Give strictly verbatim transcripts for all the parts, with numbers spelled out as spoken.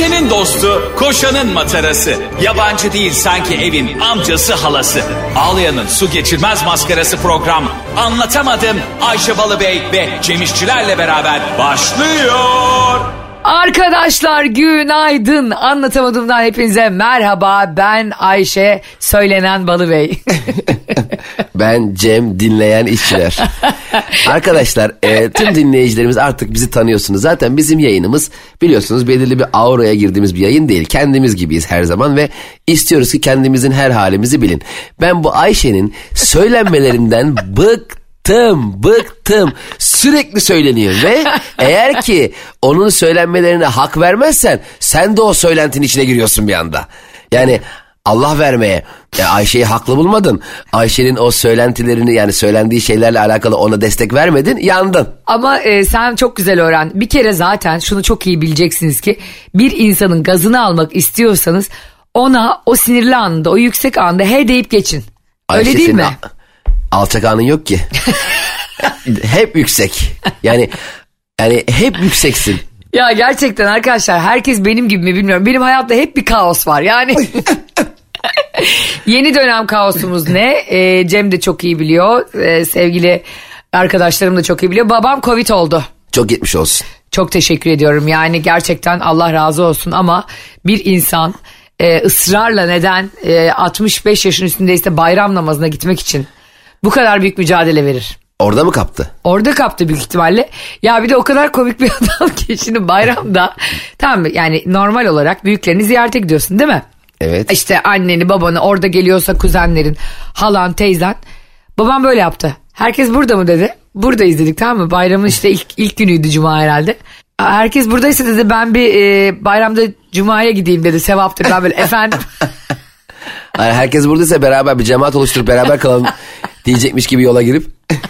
Ayşe'nin dostu, koşanın matarası. Yabancı değil sanki evin amcası halası. Ağlayan'ın su geçirmez maskarası program. Anlatamadım Ayşe Balıbey ve Cemişçilerle beraber başlıyor. Arkadaşlar günaydın. Anlatamadığımdan hepinize merhaba. Ben Ayşe söylenen Balıbey. Ben Cem dinleyen işçiler. Arkadaşlar e, tüm dinleyicilerimiz artık bizi tanıyorsunuz. Zaten bizim yayınımız biliyorsunuz belirli bir auraya girdiğimiz bir yayın değil. Kendimiz gibiyiz her zaman ve istiyoruz ki kendimizin her halimizi bilin. Ben bu Ayşe'nin söylenmelerinden bıktım. Bıktım, bıktım. Sürekli söyleniyor ve eğer ki onun söylenmelerine hak vermezsen sen de o söylentinin içine giriyorsun bir anda. Yani Allah vermeye ya Ayşe'yi haklı bulmadın. Ayşe'nin o söylentilerini yani söylendiği şeylerle alakalı ona destek vermedin, yandın. Ama e, sen çok güzel öğren. Bir kere zaten şunu çok iyi bileceksiniz ki bir insanın gazını almak istiyorsanız ona o sinirli anında, o yüksek anda he deyip geçin. Öyle Ayşe, değil mi? Alçak anın yok ki. Hep yüksek. Yani yani hep yükseksin. Ya gerçekten arkadaşlar herkes benim gibi mi bilmiyorum. Benim hayatta hep bir kaos var. Yani yeni dönem kaosumuz ne? Ee, Cem de çok iyi biliyor. Ee, sevgili arkadaşlarım da çok iyi biliyor. Babam Covid oldu. Çok geçmiş olsun. Çok teşekkür ediyorum. Yani gerçekten Allah razı olsun ama bir insan e, ısrarla neden e, altmış beş yaşın üstündeyse bayram namazına gitmek için bu kadar büyük mücadele verir. Orada mı kaptı? Orada kaptı büyük ihtimalle. Ya bir de o kadar komik bir adam ki şimdi bayramda tamam mı? Yani normal olarak büyüklerini ziyarete gidiyorsun değil mi? Evet. İşte anneni babanı orada geliyorsa kuzenlerin, halan, teyzen. Babam böyle yaptı. Herkes burada mı dedi. Buradayız dedik tamam mı? Bayramın işte ilk, ilk günüydü cuma herhalde. Herkes buradaysa dedi ben bir e, bayramda cumaya gideyim dedi. Sevaptır ben böyle efendim. Yani herkes buradaysa beraber bir cemaat oluşturup beraber kalalım diyecekmiş gibi yola girip.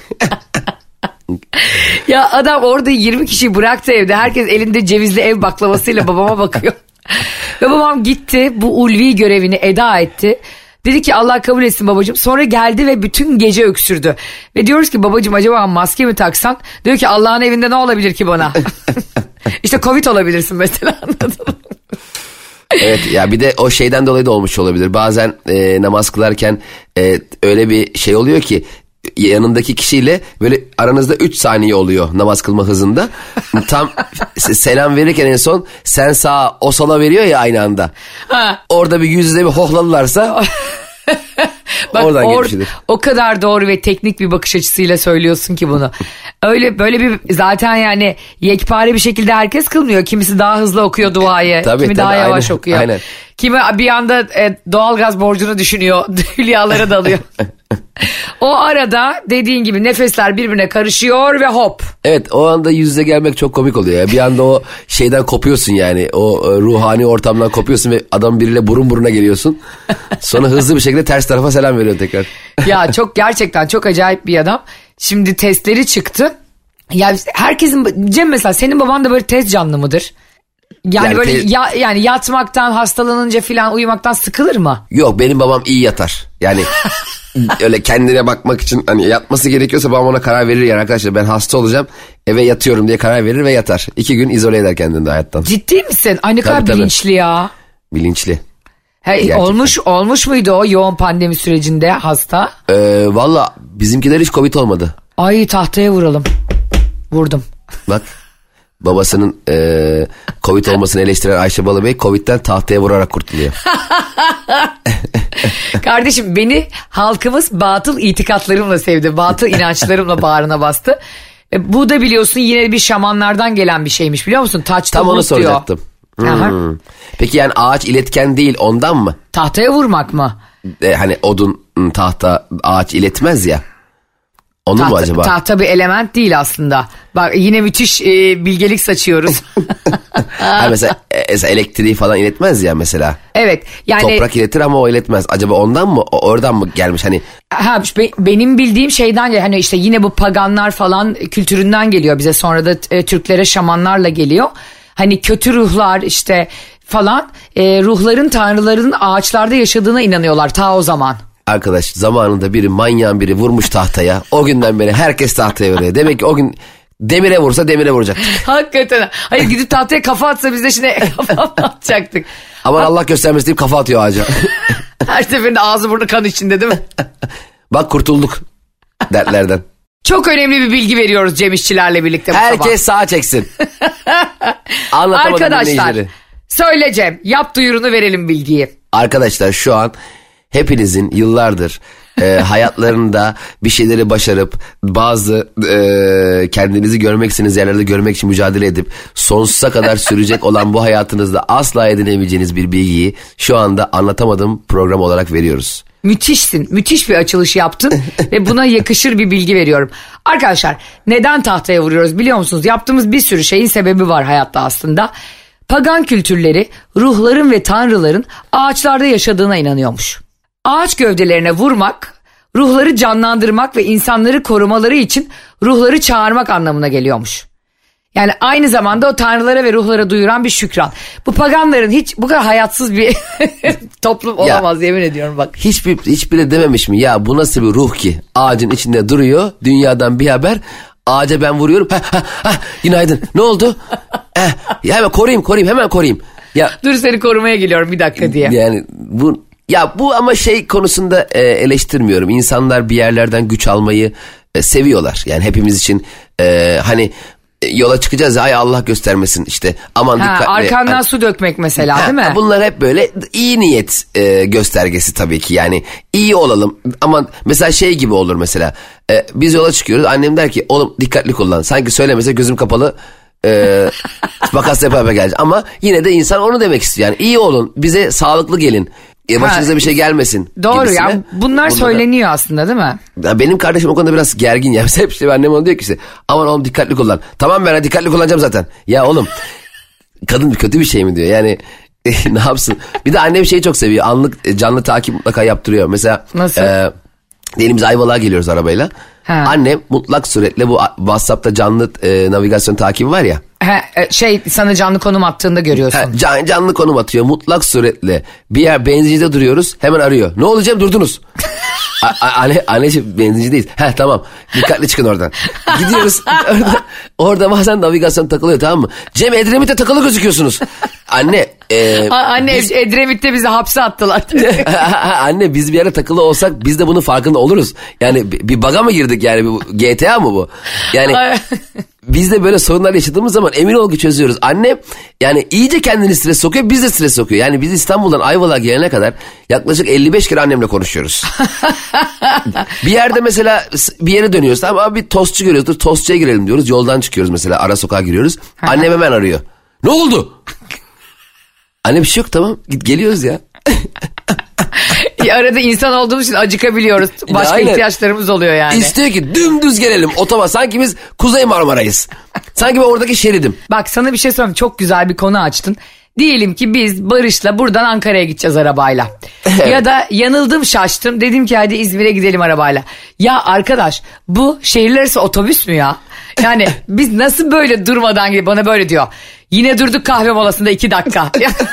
Ya adam orada yirmi kişiyi bıraktı evde. Herkes elinde cevizli ev baklavasıyla babama bakıyor. Ve babam gitti bu ulvi görevini eda etti. Dedi ki Allah kabul etsin babacığım. Sonra geldi ve bütün gece öksürdü. Ve diyoruz ki babacığım acaba maske mi taksan? Diyor ki Allah'ın evinde ne olabilir ki bana? İşte Covid olabilirsin mesela, anladın mı? Evet ya bir de o şeyden dolayı da olmuş olabilir. Bazen e, namaz kılarken e, öyle bir şey oluyor ki yanındaki kişiyle böyle aranızda üç saniye oluyor namaz kılma hızında. Tam selam verirken en son sen sağa o sola veriyor ya aynı anda. Ha. Orada bir yüz yüze bir hohladılarsa bak, oradan or, gelmiştir. O kadar doğru ve teknik bir bakış açısıyla söylüyorsun ki bunu. Öyle böyle bir zaten yani yekpare bir şekilde herkes kılmıyor. Kimisi daha hızlı okuyor duayı, tabii, kimi tabii, daha yavaş aynen, okuyor. Aynen. Kimi bir anda e, doğalgaz borcunu düşünüyor, hülyalara dalıyor. O arada dediğin gibi nefesler birbirine karışıyor ve hop. Evet o anda yüz yüze gelmek çok komik oluyor ya. Bir anda o şeyden kopuyorsun yani. O e, ruhani ortamdan kopuyorsun ve adam biriyle burun buruna geliyorsun. Sonra hızlı bir şekilde ters tarafa selam veriyor tekrar. Ya çok gerçekten çok acayip bir adam. Şimdi testleri çıktı. Ya herkesin Cem mesela senin baban da böyle test canlı mıdır? Yani, yani böyle te- ya, yani yatmaktan hastalanınca filan uyumaktan sıkılır mı? Yok benim babam iyi yatar. Yani öyle kendine bakmak için hani yatması gerekiyorsa babam ona karar verir yani arkadaşlar ben hasta olacağım eve yatıyorum diye karar verir ve yatar. İki gün izole eder kendini de hayattan. Ciddi misin? Ay ne kadar tabii, bilinçli tabii. Ya. Bilinçli. He, olmuş olmuş muydu o yoğun pandemi sürecinde hasta? Ee, Valla bizimkiler hiç Covid olmadı. Ay tahtaya vuralım. Vurdum. Bak babasının e, Covid olmasını eleştiren Ayşe Balıbey Covid'den tahtaya vurarak kurtuluyor. Kardeşim beni halkımız batıl itikatlarımla sevdi. Batıl inançlarımla bağrına bastı. E, bu da biliyorsun yine bir şamanlardan gelen bir şeymiş biliyor musun? Taçta tam onu diyor. soracaktım. Hmm. Peki yani ağaç iletken değil ondan mı? Tahtaya vurmak mı? E, hani odun tahta ağaç iletmez ya. Onun tahta, mu acaba? Tahta bir element değil aslında. Bak yine müthiş e, bilgelik saçıyoruz. Ha, mesela, e, mesela elektriği falan iletmez ya mesela. Evet. Yani toprak iletir ama o iletmez. Acaba ondan mı oradan mı gelmiş hani? Ha, be, benim bildiğim şeyden geliyor. Hani işte yine bu paganlar falan kültüründen geliyor bize. Sonra da e, Türklere şamanlarla geliyor. Hani kötü ruhlar işte falan e, ruhların tanrıların ağaçlarda yaşadığına inanıyorlar ta o zaman. Arkadaş zamanında biri manyağın biri vurmuş tahtaya. O günden beri herkes tahtaya veriyor. Demek ki o gün Demire vursa demire vuracaktık. Hakikaten. Hayır gidip tahtaya kafa atsa biz de şimdi kafa atacaktık. Aman Allah göstermesin deyip kafa atıyor ağaca. Her seferinde ağzı burnu kan içinde değil mi? Bak kurtulduk dertlerden. Çok önemli bir bilgi veriyoruz Cem İşçilerle birlikte bu Herkes sabah. sağa çeksin. Anlatamadım Arkadaşlar dinleyicileri. söyle Cem, yap duyurunu verelim bilgiyi. Arkadaşlar şu an hepinizin yıllardır e, hayatlarında bir şeyleri başarıp bazı e, kendinizi görmek istediğiniz yerlerde görmek için mücadele edip sonsuza kadar sürecek olan bu hayatınızda asla edinemeyeceğiniz bir bilgiyi şu anda Anlatamadığım program olarak veriyoruz. Müthişsin. Müthiş bir açılış yaptın ve buna yakışır bir bilgi veriyorum. Arkadaşlar neden tahtaya vuruyoruz biliyor musunuz? Yaptığımız bir sürü şeyin sebebi var hayatta aslında. Pagan kültürleri ruhların ve tanrıların ağaçlarda yaşadığına inanıyormuş. Ağaç gövdelerine vurmak, ruhları canlandırmak ve insanları korumaları için ruhları çağırmak anlamına geliyormuş. Yani aynı zamanda o tanrılara ve ruhlara duyuran bir şükran. Bu paganların hiç bu kadar hayatsız bir toplum olamaz ya, yemin ediyorum bak. Hiçbir, hiçbiri dememiş mi ya bu nasıl bir ruh ki ağacın içinde duruyor dünyadan bir haber ağaca ben vuruyorum ha, ha, ha, günaydın ne oldu eh, ya hemen koruyayım koruyayım hemen koruyayım. Ya, dur seni korumaya geliyorum bir dakika diye. Yani bu ya bu ama şey konusunda e, eleştirmiyorum insanlar bir yerlerden güç almayı e, seviyorlar yani hepimiz için e, hani yola çıkacağız ya ay Allah göstermesin işte aman ha, dikkatli. Arkandan ha, su dökmek mesela değil mi? Bunlar hep böyle iyi niyet e, göstergesi tabii ki yani iyi olalım ama mesela şey gibi olur mesela e, biz yola çıkıyoruz annem der ki oğlum dikkatli kullan sanki söylemese gözüm kapalı e, makasla yapar gelecek ama yine de insan onu demek istiyor yani iyi olun bize sağlıklı gelin. E başınıza ha, bir şey gelmesin. Doğru gibisine. Ya bunlar Bunda söyleniyor da, aslında değil mi? Ya benim kardeşim o konuda biraz gergin ya. Hep işte annem ona diyor ki işte aman oğlum dikkatli kullan. Tamam ben dikkatli kullanacağım zaten. Ya oğlum kadın kötü bir şey mi diyor yani ne yapsın? Bir de annem şeyi çok seviyor anlık canlı takip mutlaka yaptırıyor. Mesela nasıl? E, diyelim biz Ayvalık'a geliyoruz arabayla. Ha. Annem mutlak suretle bu WhatsApp'ta canlı e, navigasyon takibi var ya. He, şey sana canlı konum attığında görüyorsun. He, can, canlı konum atıyor mutlak suretle. Bir yer benzincide duruyoruz hemen arıyor. Ne olacak durdunuz. a, a, anne, anneciğim benzincideyiz. He tamam dikkatli çıkın oradan. Gidiyoruz orada, orada bazen navigasyon takılıyor tamam mı? Cem Edremit'te takılı gözüküyorsunuz. Anne. E, anne biz... Edremit'te bizi hapse attılar. Anne biz bir yere takılı olsak biz de bunun farkında oluruz. Yani bir, bir baga mı girdik yani bu, G T A mı bu? Yani biz de böyle sorunlar yaşadığımız zaman emin ol ki çözüyoruz. Anne yani iyice kendini stres sokuyor biz de stres sokuyor. Yani biz İstanbul'dan Ayvalık'a gelene kadar yaklaşık elli beş kere annemle konuşuyoruz. Bir yerde mesela bir yere dönüyoruz tamam abi bir tostçu görüyoruz tostçuya girelim diyoruz. Yoldan çıkıyoruz mesela ara sokağa giriyoruz. Annem hemen arıyor. Ne oldu? Anne bir şey yok tamam git geliyoruz ya. Arada insan olduğumuz için acıkabiliyoruz. Başka ya ihtiyaçlarımız oluyor yani. İstiyor ki dümdüz gelelim otoba. Sanki biz Kuzey Marmara'yız. Sanki ben oradaki şeridim. Bak sana bir şey söyleyeyim. Çok güzel bir konu açtın. Diyelim ki biz Barış'la buradan Ankara'ya gideceğiz arabayla. Ya da yanıldım şaştım. Dedim ki hadi İzmir'e gidelim arabayla. Ya arkadaş bu şehirler arası otobüs mü ya? Yani biz nasıl böyle durmadan gibi bana böyle diyor. Yine durduk kahve molasında iki dakika.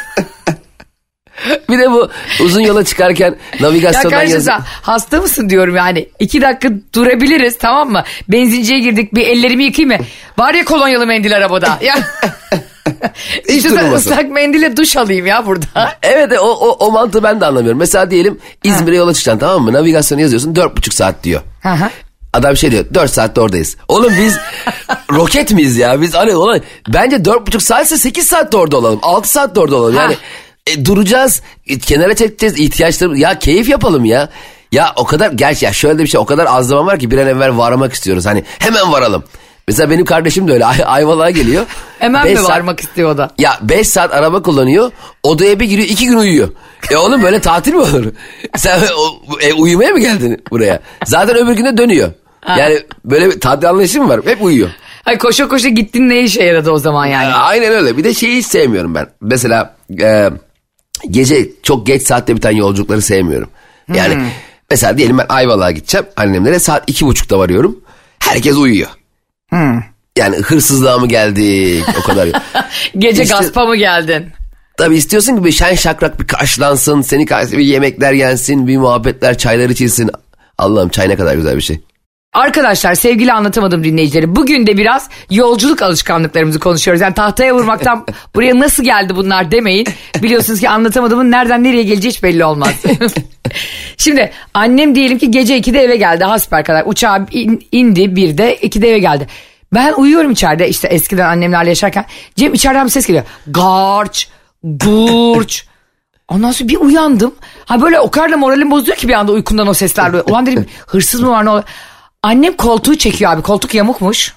Bir de bu uzun yola çıkarken navigasyondan ya yazık. Hasta mısın diyorum yani. İki dakika durabiliriz tamam mı? Benzinciye girdik bir ellerimi yıkayayım mı? Var ya kolonyalı mendil arabada. Ya. Hiç ıslak mendille duş alayım ya burada. Evet o, o, o mantığı ben de anlamıyorum. Mesela diyelim İzmir'e yola çıkacaksın tamam mı? Navigasyonu yazıyorsun dört buçuk saat diyor. Hı hı. Adam şey diyor dört saatte oradayız. Oğlum biz roket miyiz ya? Biz hani olan bence dört buçuk saatse sekiz saatte orada olalım. altı saatte orada olalım. Yani e, duracağız, e, kenara çekeceğiz ihtiyaçlarımız. Ya keyif yapalım ya. Ya o kadar gerçi ya şöyle bir şey o kadar az zaman var ki bir an evvel varmak istiyoruz. Hani hemen varalım. Mesela benim kardeşim de öyle Ay- Ayvalık'a geliyor. Hemen mi varmak saat, istiyor o da? Ya beş saat araba kullanıyor. Odaya bir giriyor iki gün uyuyor. E oğlum böyle tatil mi olur? Sen o, e, uyumaya mı geldin buraya? Zaten öbür gün de dönüyor. Ha. Yani böyle bir tatil anlayışı mı var? Hep uyuyor. Ay koşa koşa gittin ne işe yaradı o zaman yani? Ya, aynen öyle. Bir de şeyi hiç sevmiyorum ben. Mesela e, gece çok geç saatte biten yolculukları sevmiyorum. Yani hmm. mesela diyelim ben Ayvalık'a gideceğim. Annemlere saat iki buçukta varıyorum. Herkes uyuyor. Hmm. Yani hırsızlığa mı geldik o kadar. Gece işte, gaspa mı geldin? Tabii istiyorsun ki bir şen şakrak bir karşılansın. Seni karşı bir yemekler yensin, bir muhabbetler, çaylar içilsin. Allah'ım çay ne kadar güzel bir şey. Arkadaşlar, sevgili anlatamadım dinleyicileri, bugün de biraz yolculuk alışkanlıklarımızı konuşuyoruz. Yani tahtaya vurmaktan buraya nasıl geldi bunlar demeyin. Biliyorsunuz ki anlatamadığımın nereden nereye geleceği hiç belli olmaz. Şimdi annem diyelim ki gece ikide eve geldi, hasper kadar uçağa in, indi birde, ikide eve geldi. Ben uyuyorum içeride, işte eskiden annemlerle yaşarken. Cem, içeriden bir ses geliyor. Garç, gurç. Ondan sonra bir uyandım. Ha böyle o kadar da moralim bozuyor ki bir anda uykumdan o sesler. Böyle. Ulan dedim, hırsız mı var, ne oluyor? Annem koltuğu çekiyor abi. Koltuk yamukmuş.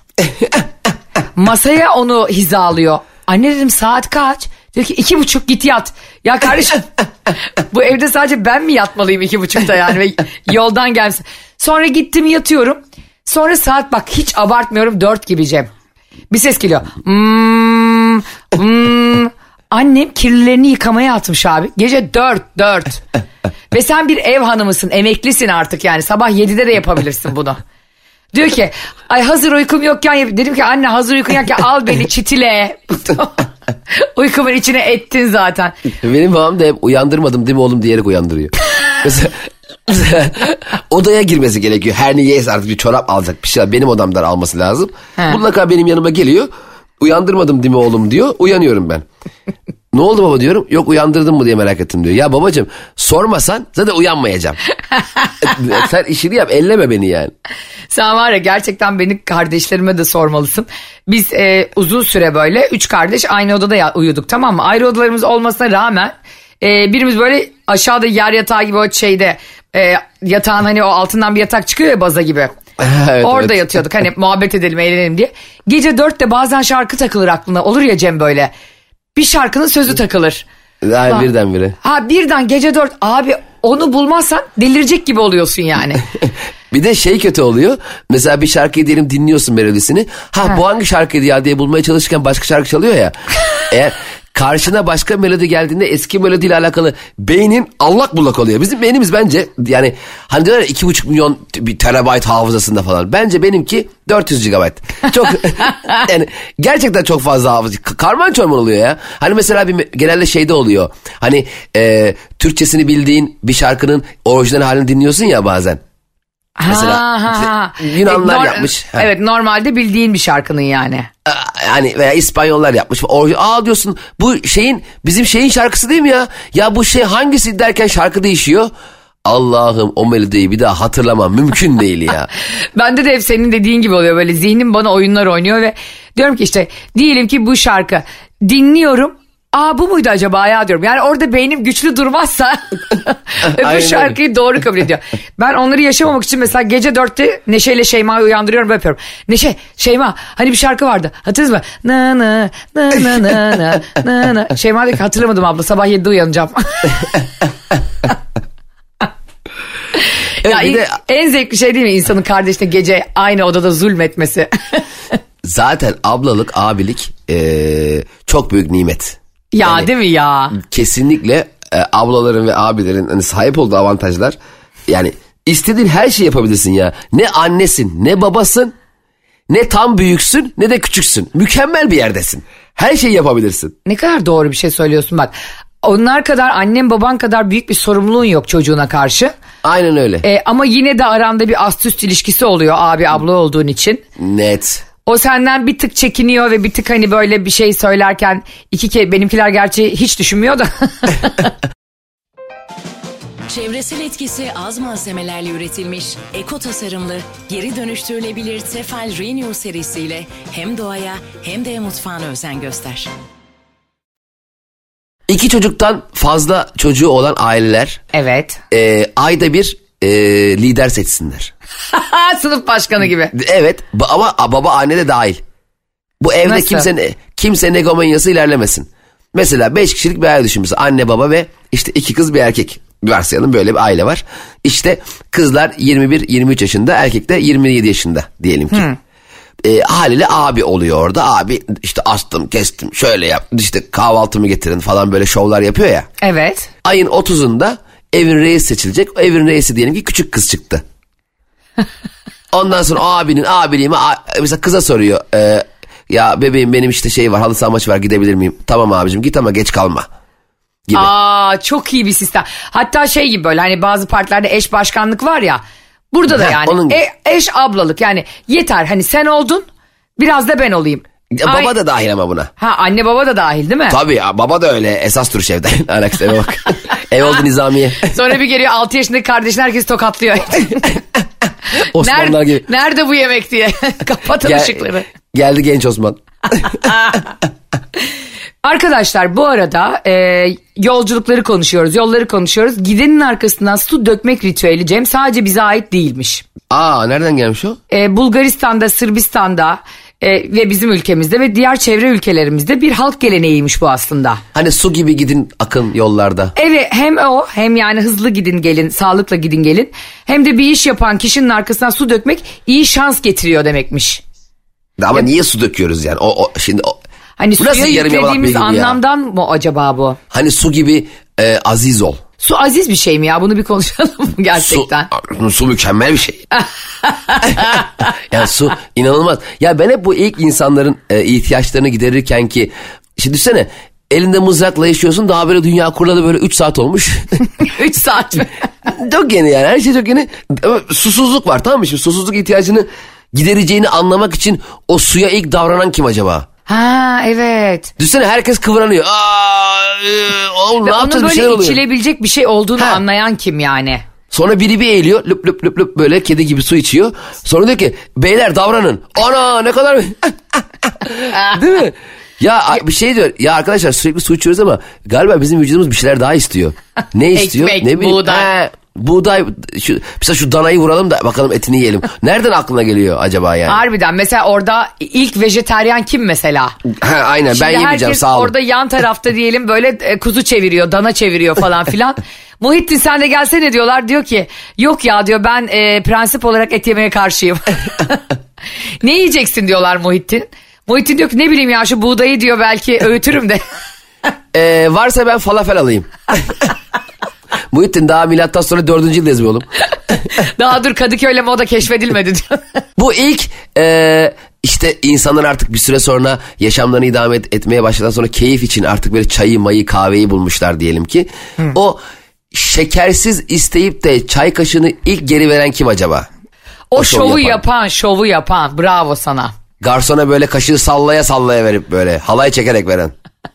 Masaya onu hizalıyor. Anne dedim, saat kaç? Diyor ki iki buçuk, git yat. Ya kardeşim, bu evde sadece ben mi yatmalıyım iki buçukta yani? Ve yoldan gelsin. Sonra gittim yatıyorum. Sonra saat, bak hiç abartmıyorum, dört gibi Cem. Bir ses geliyor. Hmm, hmm. Annem kirlilerini yıkamaya atmış abi. Gece dört, dört. Ve sen bir ev hanımısın, emeklisin artık yani. Sabah yedide de yapabilirsin bunu. Diyor ki, ay hazır uykum yokken yap. Dedim ki anne, hazır uykun yokken al beni çitile. Uykumun içine ettin zaten. Benim babam da hep uyandırmadım değil mi oğlum diyerek uyandırıyor. Mesela, mesela odaya girmesi gerekiyor. Her niyeyse artık bir çorap alacak, bir şey benim odamdan alması lazım. He. Mutlaka benim yanıma geliyor. Uyandırmadım değil mi oğlum diyor. Uyanıyorum ben. Ne oldu baba diyorum. Yok, uyandırdın mı diye merak ettim diyor. Ya babacığım, sormasan zaten uyanmayacağım. Sen işini yap, elleme beni yani. Sen var ya, gerçekten benim kardeşlerime de sormalısın. Biz e, uzun süre böyle üç kardeş aynı odada ya, uyuduk, tamam mı? Ayrı odalarımız olmasına rağmen e, birimiz böyle aşağıda yer yatağı gibi o şeyde e, yatağın hani o altından bir yatak çıkıyor ya, baza gibi. Evet, orada evet. Yatıyorduk hani muhabbet edelim, eğlenelim diye. Gece dörtte bazen şarkı takılır aklına, olur ya Cem böyle. Bir şarkının sözü takılır. Ha, birdenbire. Ha birden gece dört abi, onu bulmazsan delirecek gibi oluyorsun yani. Bir de şey kötü oluyor. Mesela bir şarkıyı diyelim dinliyorsun melodisini. Ha, ha. Bu hangi şarkıydı ya diye bulmaya çalışırken başka şarkı çalıyor ya. Eğer karşına başka melodi geldiğinde eski melodiyle alakalı beynin allak bullak oluyor. Bizim beynimiz bence yani hani diyorlar ya iki buçuk milyon bir terabayt hafızasında falan. Bence benimki dört yüz gigabayt. Çok yani gerçekten çok fazla hafıza. Karman çorman oluyor ya. Hani mesela bir genelde şeyde oluyor. Hani e, Türkçesini bildiğin bir şarkının orijinal halini dinliyorsun ya bazen. Mesela ha, ha. Işte Yunanlar e, yapmış. Evet, normalde bildiğin bir şarkının yani. Yani veya İspanyollar yapmış. Aa diyorsun, bu şeyin bizim şeyin şarkısı değil mi ya? Ya bu şey hangisi derken şarkı değişiyor. Allah'ım, o melodiyi bir daha hatırlamam mümkün değil ya. Bende de hep senin dediğin gibi oluyor, böyle zihnim bana oyunlar oynuyor ve diyorum ki işte diyelim ki bu şarkı dinliyorum. Aa, bu muydu acaba ya diyorum. Yani orada beynim güçlü durmazsa öbür şarkıyı doğru kabul ediyor. Ben onları yaşamamak için mesela gece dörtte Neşe ile Şeyma'yı uyandırıyorum, böyle yapıyorum. Neşe, Şeyma, hani bir şarkı vardı, hatırladınız mı? Na na na na na na na. Şeyma diyor ki, hatırlamadım abla, sabah yedide uyanacağım. Ya evet, de... En zevkli şey değil mi insanın kardeşine gece aynı odada zulmetmesi? Zaten ablalık, abilik ee, çok büyük nimet. Ya yani, değil mi ya? Kesinlikle e, ablaların ve abilerin hani sahip olduğu avantajlar. Yani istediğin her şeyi yapabilirsin ya. Ne annesin, ne babasın, ne tam büyüksün, ne de küçüksün. Mükemmel bir yerdesin. Her şeyi yapabilirsin. Ne kadar doğru bir şey söylüyorsun bak. Onlar kadar, annen baban kadar büyük bir sorumluluğun yok çocuğuna karşı. Aynen öyle. E, ama yine de aranda bir ast üst ilişkisi oluyor abi abla olduğun için. Net. O senden bir tık çekiniyor ve bir tık hani böyle bir şey söylerken iki kere, benimkiler gerçi hiç düşünmüyor da. Çevresel etkisi az malzemelerle üretilmiş, eko tasarımlı, geri dönüştürülebilir Tefal Renew serisiyle hem doğaya hem de mutfağına özen göster. İki çocuktan fazla çocuğu olan aileler, evet, e, ayda bir e, lider seçsinler. Sınıf başkanı gibi. Evet, ama baba anne de dahil. Bu evde Nasıl? kimse kimsenin egomanyası ilerlemesin. Mesela beş kişilik bir aile düşünmesi. Anne baba ve işte iki kız bir erkek. Varsayalım böyle bir aile var. İşte kızlar yirmi bir yirmi üç yaşında, erkek de yirmi yedi yaşında diyelim ki. Hmm. E, haliyle abi oluyor orada. Abi işte astım kestim şöyle yap, işte kahvaltımı getirin falan, böyle şovlar yapıyor ya. Evet. Ayın otuzunda evin reisi seçilecek. O evin reisi diyelim ki küçük kız çıktı. Ondan sonra abinin abiliğimi mesela kıza soruyor. E, ya bebeğim benim işte şey var, halı saha maçı var, gidebilir miyim? Tamam abicim git ama geç kalma. Gibi. Aa, çok iyi bir sistem. Hatta şey gibi böyle hani bazı partilerde eş başkanlık var ya. Burada da Heh, yani onun gibi. e, eş ablalık yani yeter hani sen oldun biraz da ben olayım. Ya Ay- baba da dahil ama buna. Ha anne baba da dahil değil mi? Tabii ya, baba da öyle esas tür evden. Alakası eve bak. Ev oldu Nizamiye. Sonra bir geliyor altı yaşındaki kardeşin herkes tokatlıyor. Osmanlılar nerede, gibi. nerede bu yemek diye. Kapatın Gel- ışıkları. Geldi genç Osman. Arkadaşlar bu arada e, yolculukları konuşuyoruz, yolları konuşuyoruz. Gidenin arkasından su dökmek ritüeli Cem sadece bize ait değilmiş. Aa, nereden gelmiş o? E, Bulgaristan'da, Sırbistan'da e, ve bizim ülkemizde ve diğer çevre ülkelerimizde bir halk geleneğiymiş bu aslında. Hani su gibi gidin akın yollarda. Evet hem o hem yani hızlı gidin gelin, sağlıkla gidin gelin. Hem de bir iş yapan kişinin arkasından su dökmek iyi şans getiriyor demekmiş. Ama niye su döküyoruz yani? O, o şimdi o, Hani bu nasıl suya yarım yamalak yüklediğimiz bilgi bu ya? anlamdan mı acaba bu? Hani su gibi e, aziz ol. Su aziz bir şey mi ya? Bunu bir konuşalım mı gerçekten? Su, su mükemmel bir şey. Yani su inanılmaz. Ya ben hep bu ilk insanların e, ihtiyaçlarını giderirken ki şimdi düşünsene elinde mızrakla yaşıyorsun daha böyle dünya kurulalı böyle üç saat olmuş. üç saat mi? Çok yeni yani her şey çok yeni. Ama susuzluk var tamam mı? Şimdi susuzluk ihtiyacını gidereceğini anlamak için o suya ilk davranan kim acaba? Ha evet. Düşünsene herkes kıvranıyor. Aa, e, oğlum, Ve ne onun yapacağız bir böyle şeyler oluyor. içilebilecek bir şey olduğunu Ha. anlayan kim yani? Sonra biri bir eğiliyor lüp lüp lüp lüp böyle kedi gibi su içiyor. Sonra diyor ki beyler davranın. Ana ne kadar değil mi? Ya bir şey diyor ya arkadaşlar sürekli su içiyoruz ama galiba bizim vücudumuz bir şeyler daha istiyor. Ne istiyor? Ekmek, ne bileyim. buğday. He, buğday şu, mesela şu danayı vuralım da bakalım etini yiyelim. Nereden aklına geliyor acaba yani? Harbiden mesela orada ilk vejetaryen kim mesela? Ha, aynen Şimdi ben yemeyeceğim herkes sağ olun. orada yan tarafta diyelim böyle e, kuzu çeviriyor, dana çeviriyor falan filan. Muhittin sen de gelsene diyorlar. Diyor ki yok ya diyor ben e, prensip olarak et yemeye karşıyım. Ne yiyeceksin diyorlar Muhittin. Muhittin diyor ki ne bileyim ya şu buğdayı diyor belki öğütürüm de. Ee, varsa ben falafel alayım. Muhittin daha milattan sonra dördüncü yıldayız be oğlum. Daha dur Kadıköy'le moda keşfedilmedi diyor. Bu ilk e, işte insanlar artık bir süre sonra yaşamlarını idame et, etmeye başladıktan sonra keyif için artık böyle çayı mayı kahveyi bulmuşlar diyelim ki. Hı. O şekersiz isteyip de çay kaşığını ilk geri veren kim acaba? O, O şovu şovu yapan. yapan, şovu yapan. Bravo sana. Garsona böyle kaşığı sallaya sallaya verip böyle halay çekerek veren.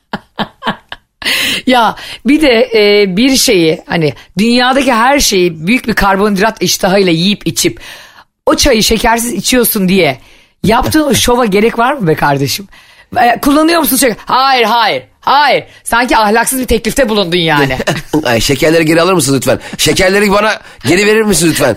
Ya bir de e, bir şeyi hani dünyadaki her şeyi büyük bir karbonhidrat iştahıyla yiyip içip o çayı şekersiz içiyorsun diye yaptığın o şova gerek var mı be kardeşim? E, kullanıyor musun şeker? Hayır hayır hayır. Sanki ahlaksız bir teklifte bulundun yani. Ay, şekerleri geri alır mısın lütfen? Şekerleri bana geri verir misin lütfen?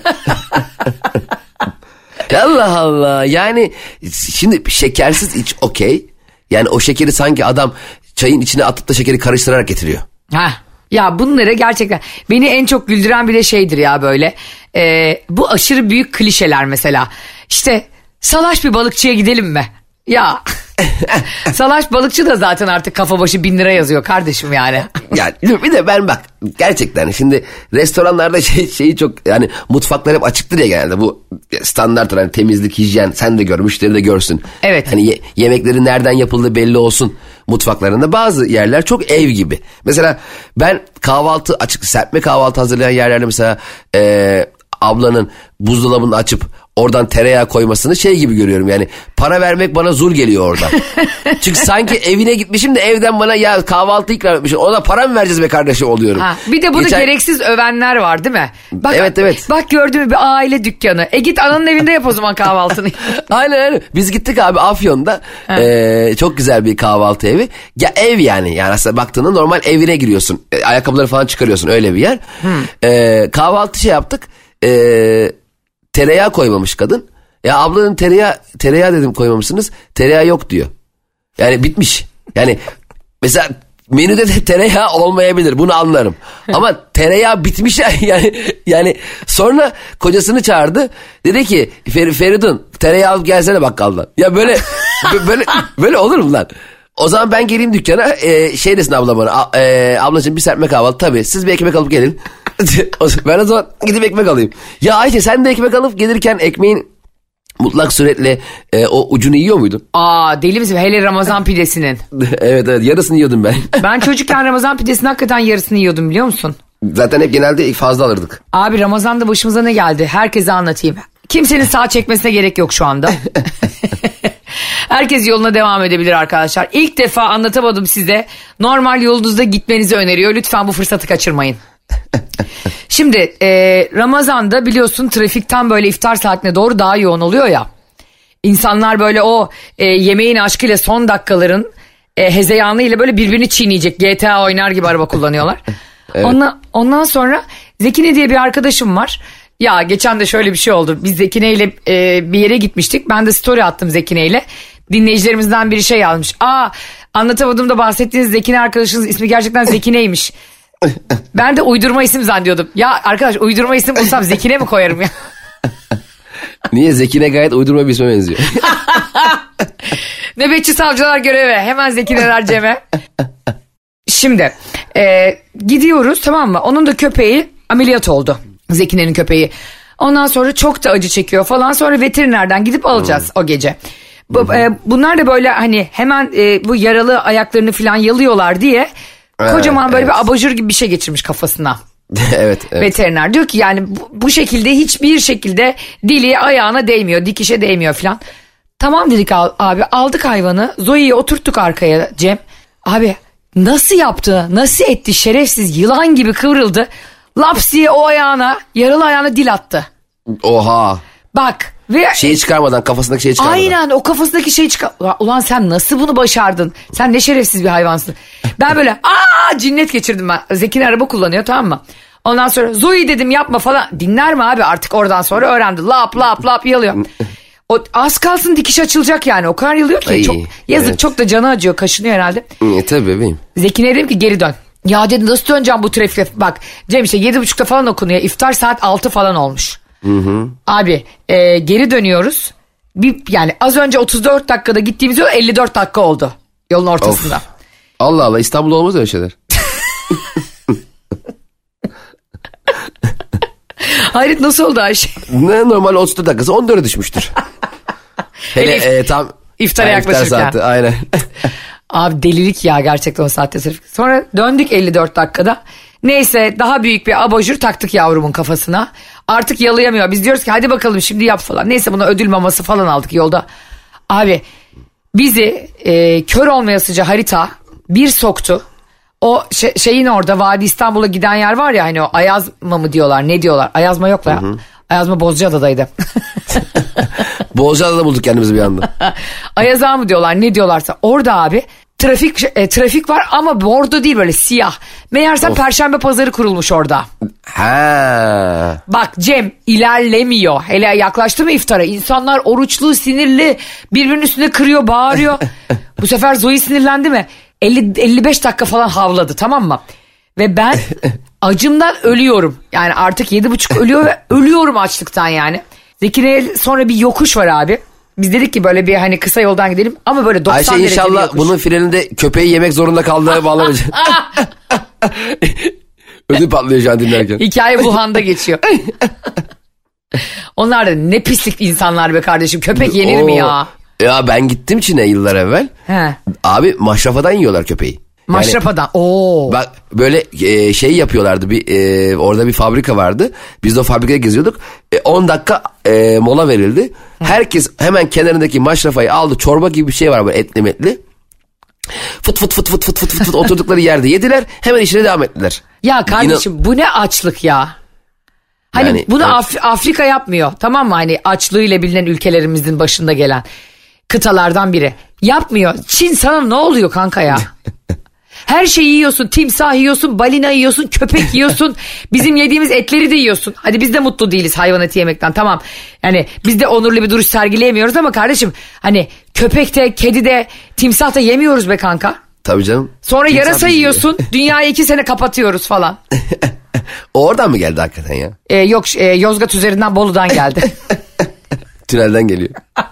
Allah Allah yani şimdi şekersiz iç okey. Yani o şekeri sanki adam çayın içine atıp da şekeri karıştırarak getiriyor. Ha. Ya bunları gerçekten beni en çok güldüren bir de şeydir ya böyle e, bu aşırı büyük klişeler mesela işte salaş bir balıkçıya gidelim mi? Ya salaş balıkçı da zaten artık kafa başı bin lira yazıyor kardeşim yani. Yani bir de ben bak gerçekten şimdi restoranlarda şey şeyi çok yani mutfaklar hep açıktır ya genelde bu standart hani temizlik hijyen sen de gör müşteri de görsün. Evet. Hani ye, yemeklerin nereden yapıldığı belli olsun mutfaklarında bazı yerler çok ev gibi. Mesela ben kahvaltı açık serpme kahvaltı hazırlayan yerlerde mesela e, ablanın buzdolabını açıp oradan tereyağı koymasını şey gibi görüyorum yani para vermek bana zul geliyor orada. Çünkü sanki evine gitmişim de evden bana ya kahvaltı ikram etmişim ona para mı vereceğiz be kardeşim oluyorum. Ha, bir de bunu Geçen... gereksiz övenler var değil mi? Bak, Evet, evet. Bak gördün mü bir aile dükkanı. E git ananın evinde yap o zaman kahvaltını. Aynen öyle. Biz gittik abi Afyon'da ee, çok güzel bir kahvaltı evi. Ya ev yani yani aslında baktığında normal evine giriyorsun. E, ayakkabıları falan çıkarıyorsun öyle bir yer. E, kahvaltı şey yaptık. Eee tereyağı koymamış kadın. Ya ablanın tereyağı, tereyağı dedim koymamışsınız. Tereyağı yok diyor. Yani bitmiş. Yani mesela menüde de tereyağı olmayabilir. Bunu anlarım. Ama tereyağı bitmiş yani. Yani sonra kocasını çağırdı. Dedi ki Fer, Feridun tereyağı alıp gelsene bakkaldan. Ya böyle böyle böyle olur mu lan? O zaman ben geleyim dükkana e, şey desin abla bana e, ablacığım bir serpme kahvaltı tabii siz bir ekmek alıp gelin. Ben o zaman gidip ekmek alayım. Ya Ayşe sen de ekmek alıp gelirken ekmeğin mutlak suretle e, o ucunu yiyor muydun? Aa deli misin? Hele Ramazan pidesinin. Evet evet yarısını yiyordum ben. Ben çocukken Ramazan pidesinin hakikaten yarısını yiyordum biliyor musun? Zaten hep genelde fazla alırdık. Abi Ramazan'da başımıza ne geldi? Herkese anlatayım. Kimsenin sağ çekmesine gerek yok şu anda. Herkes yoluna devam edebilir arkadaşlar. İlk defa anlatamadım size. Normal yolunuzda gitmenizi öneriyor. Lütfen bu fırsatı kaçırmayın. Şimdi e, Ramazan'da biliyorsun trafikten böyle iftar saatine doğru daha yoğun oluyor ya. İnsanlar böyle o e, yemeğin aşkıyla son dakikaların e, hezeyanıyla böyle birbirini çiğneyecek. G T A oynar gibi araba kullanıyorlar. Evet. Ondan, ondan sonra Zekine diye bir arkadaşım var. Ya geçen de şöyle bir şey oldu. Biz Zekine ile e, bir yere gitmiştik. Ben de story attım Zekine ile. Dinleyicilerimizden biri şey yazmış. Aa, anlatamadığımda bahsettiğiniz Zekine arkadaşınız ismi gerçekten Zekine'ymiş. Ben de uydurma isim zannediyordum. Ya arkadaş, uydurma isim bulsam Zekine mi koyarım ya? Niye? Zekine gayet uydurma bir isme benziyor. Nöbetçi savcılar göreve. Hemen Zekineler Cem'e. Şimdi e, gidiyoruz, tamam mı? Onun da köpeği ameliyat oldu. Zekine'nin köpeği. Ondan sonra çok da acı çekiyor falan. Sonra veterinerden gidip alacağız hmm. o gece. Bu, e, bunlar da böyle hani hemen e, bu yaralı ayaklarını falan yalıyorlar diye evet, kocaman böyle evet. bir abajur gibi bir şey geçirmiş kafasına. evet, evet. Veteriner diyor ki yani bu, bu şekilde hiçbir şekilde dili ayağına değmiyor, dikişe değmiyor falan. Tamam dedik abi, aldık hayvanı, Zoe'yi oturttuk arkaya Cem. Abi nasıl yaptı, nasıl etti, şerefsiz yılan gibi kıvrıldı. Laps diye o ayağına, yaralı ayağına dil attı. Oha. Bak. Ve şeyi çıkarmadan, kafasındaki şeyi çıkarmadan. Aynen, o kafasındaki şeyi çıkar. Ulan sen nasıl bunu başardın? Sen ne şerefsiz bir hayvansın. Ben böyle aa cinnet geçirdim ben. Zekine araba kullanıyor, tamam mı? Ondan sonra Zoe dedim yapma falan. Dinler mi abi, artık oradan sonra öğrendi. Lap lap lap yalıyor. O az kalsın dikiş açılacak yani, o kadar yalıyor ki. Ay, çok yazık evet. Çok da canı acıyor, kaşınıyor herhalde. E, tabii bebeğim. Zekine dedim ki geri dön. Ya dedi nasıl döneceğim bu trafikte? Bak Cem işte yedi buçukta falan okunuyor. İftar saat altı falan olmuş. Hı hı. Abi e, geri dönüyoruz. Bir, yani az önce otuz dört dakikada gittiğimiz yol elli dört dakika oldu. Yolun ortasında. Of. Allah Allah, İstanbul'da olmaz öyle şeyler. Hayret, nasıl oldu Ayşe? Ne normal otuz dört dakikası on dörde düşmüştür. Hele e, tam iftara yaklaşırken. İftar saati, aynen. Abi delilik ya gerçekten o saatte trafik. Sonra döndük elli dört dakikada. Neyse daha büyük bir abajur taktık yavrumun kafasına. Artık yalayamıyor. Biz diyoruz ki hadi bakalım şimdi yap falan. Neyse buna ödül maması falan aldık yolda. Abi bizi e, kör olmayasıca harita bir soktu. O şey, şeyin orada Vadi İstanbul'a giden yer var ya, hani o Ayazma mı diyorlar, ne diyorlar? Ayazma yok la. Ayazma Bozcaada'daydı. Bozcaada'da bulduk kendimizi bir anda. Ayaza mı diyorlar, ne diyorlarsa. Orada abi trafik e, trafik var ama bordo değil, böyle siyah. Meğerse of. Perşembe pazarı kurulmuş orada. Ha. Bak Cem, ilerlemiyor. Hele yaklaştı mı iftara, insanlar oruçlu, sinirli, birbirinin üstüne kırıyor, bağırıyor. Bu sefer Zoe sinirlendi mi? elli elli beş dakika falan havladı, tamam mı? Ve ben acımdan ölüyorum. Yani artık yedi buçuk ölüyor ve ölüyorum açlıktan yani. Zekine'ye sonra bir yokuş var abi. Biz dedik ki böyle bir hani kısa yoldan gidelim ama böyle doksan Ayşe dereceli inşallah yokuş. Bunun freninde köpeği yemek zorunda kaldığı bağlanacak. Ödü patlıyor şu an dinlerken. Hikaye Wuhan'da geçiyor. Onlar da ne pislik insanlar be kardeşim. Köpek yenir Oo. mi ya? Ya ben gittim Çin'e yıllar evvel. He. Abi maşrafadan yiyorlar köpeği. Maşrafadan. Yani, Oo. Bak böyle e, şey yapıyorlardı. Bir e, orada bir fabrika vardı. Biz de o fabrikaya geziyorduk. E, on dakika e, mola verildi. Hı. Herkes hemen kenarındaki maşrafayı aldı. Çorba gibi bir şey var böyle etli metli. Fıt fıt fıt fıt fıt fıt fıt oturdukları yerde yediler. Hemen işine devam ettiler. Ya kardeşim İnan- bu ne açlık ya. Hani yani, bunu evet. Af- Afrika yapmıyor, tamam mı? Hani açlığıyla bilinen ülkelerimizin başında gelen kıtalardan biri. Yapmıyor. Çin sana ne oluyor kanka ya? Her şeyi yiyorsun. Timsah yiyorsun, balina yiyorsun, köpek yiyorsun. Bizim yediğimiz etleri de yiyorsun. Hadi biz de mutlu değiliz hayvan eti yemekten, tamam. Yani biz de onurlu bir duruş sergileyemiyoruz ama kardeşim hani köpek de, kedi de, timsah da yemiyoruz be kanka. Tabii canım. Sonra timsah yarasa yiyorsun. Dünyayı iki sene kapatıyoruz falan. O oradan mı geldi hakikaten ya? Ee, yok e, Yozgat üzerinden Bolu'dan geldi. Tünelden geliyor.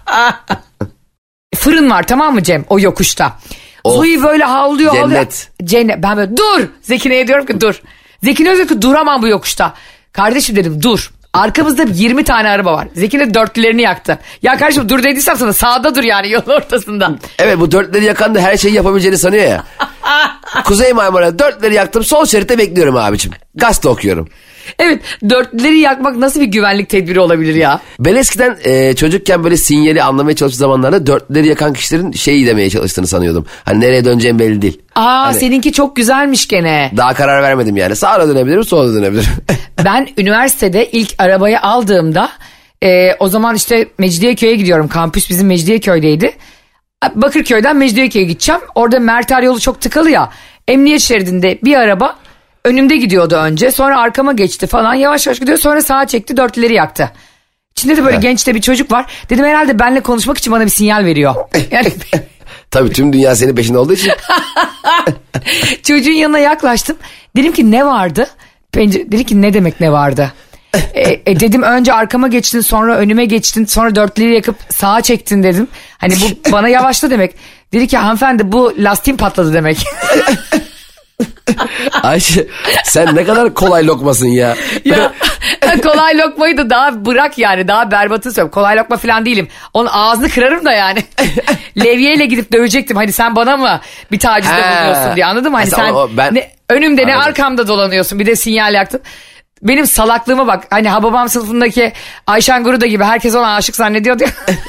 Fırın var, tamam mı Cem, o yokuşta. Of. Zoe böyle havlıyor Cennet. havlıyor. Cennet. Ben böyle dur. Zekine'ye diyorum ki dur. Zekine diyor ki duramam bu yokuşta. Kardeşim dedim dur. Arkamızda yirmi tane araba var. Zekine dörtlülerini yaktı. Ya kardeşim dur dediysem sana sağda dur yani yolun ortasında. Evet, bu dörtleri yakan da her şeyi yapabileceğini sanıyor ya. Kuzey Marmara dörtleri yaktım, sol şeritte bekliyorum abicim. Gazete okuyorum. Evet, dörtleri yakmak nasıl bir güvenlik tedbiri olabilir ya? Ben eskiden e, çocukken böyle sinyali anlamaya çalıştığım zamanlarda dörtleri yakan kişilerin şeyi demeye çalıştığını sanıyordum. Hani nereye döneceğim belli değil. Aa hani, seninki çok güzelmiş gene. Daha karar vermedim yani. Sağa dönebilirim, sola dönebilirim. Ben üniversitede ilk arabayı aldığımda e, o zaman işte Mecidiyeköy'e gidiyorum. Kampüs bizim Mecidiyeköy'deydi. Bakırköy'den Mecidiyeköy'e gideceğim. Orada Merter yolu çok tıkalı ya. Emniyet şeridinde bir araba önümde gidiyordu önce. Sonra arkama geçti falan. Yavaş yavaş gidiyor. Sonra sağa çekti, dörtleri yaktı. İçinde de böyle evet. genç de bir çocuk var. Dedim herhalde benimle konuşmak için bana bir sinyal veriyor. Yani... Tabii tüm dünya senin peşinde olduğu için. Çocuğun yanına yaklaştım. Dedim ki ne vardı? Pencere, dedi ki ne demek ne vardı? e, e dedim önce arkama geçtin, sonra önüme geçtin, sonra dörtleri yakıp sağa çektin dedim. Hani bu bana yavaşla demek. Dedi ki hanımefendi bu lastiğim patladı demek. Ayşe sen ne kadar kolay lokmasın ya. Ya kolay lokmayı da daha bırak yani, daha berbatını söylüyorum. Kolay lokma falan değilim. Onun ağzını kırarım da yani. Levyeyle gidip dövecektim. Hani sen bana mı bir tacizde bulunuyorsun diye, anladın mı? Hani sen o, ben... ne, önümde ne arkamda dolanıyorsun, bir de sinyal yaktın. Benim salaklığıma bak. Hani Hababam sınıfındaki Ayşen Guruda gibi herkes ona aşık zannediyordu.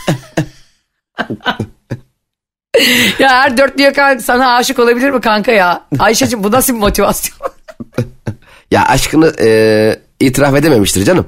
Ya her dörtlü yakan sana aşık olabilir mi kanka ya? Ayşe'cim bu nasıl bir motivasyon? Ya aşkını e, itiraf edememiştir canım.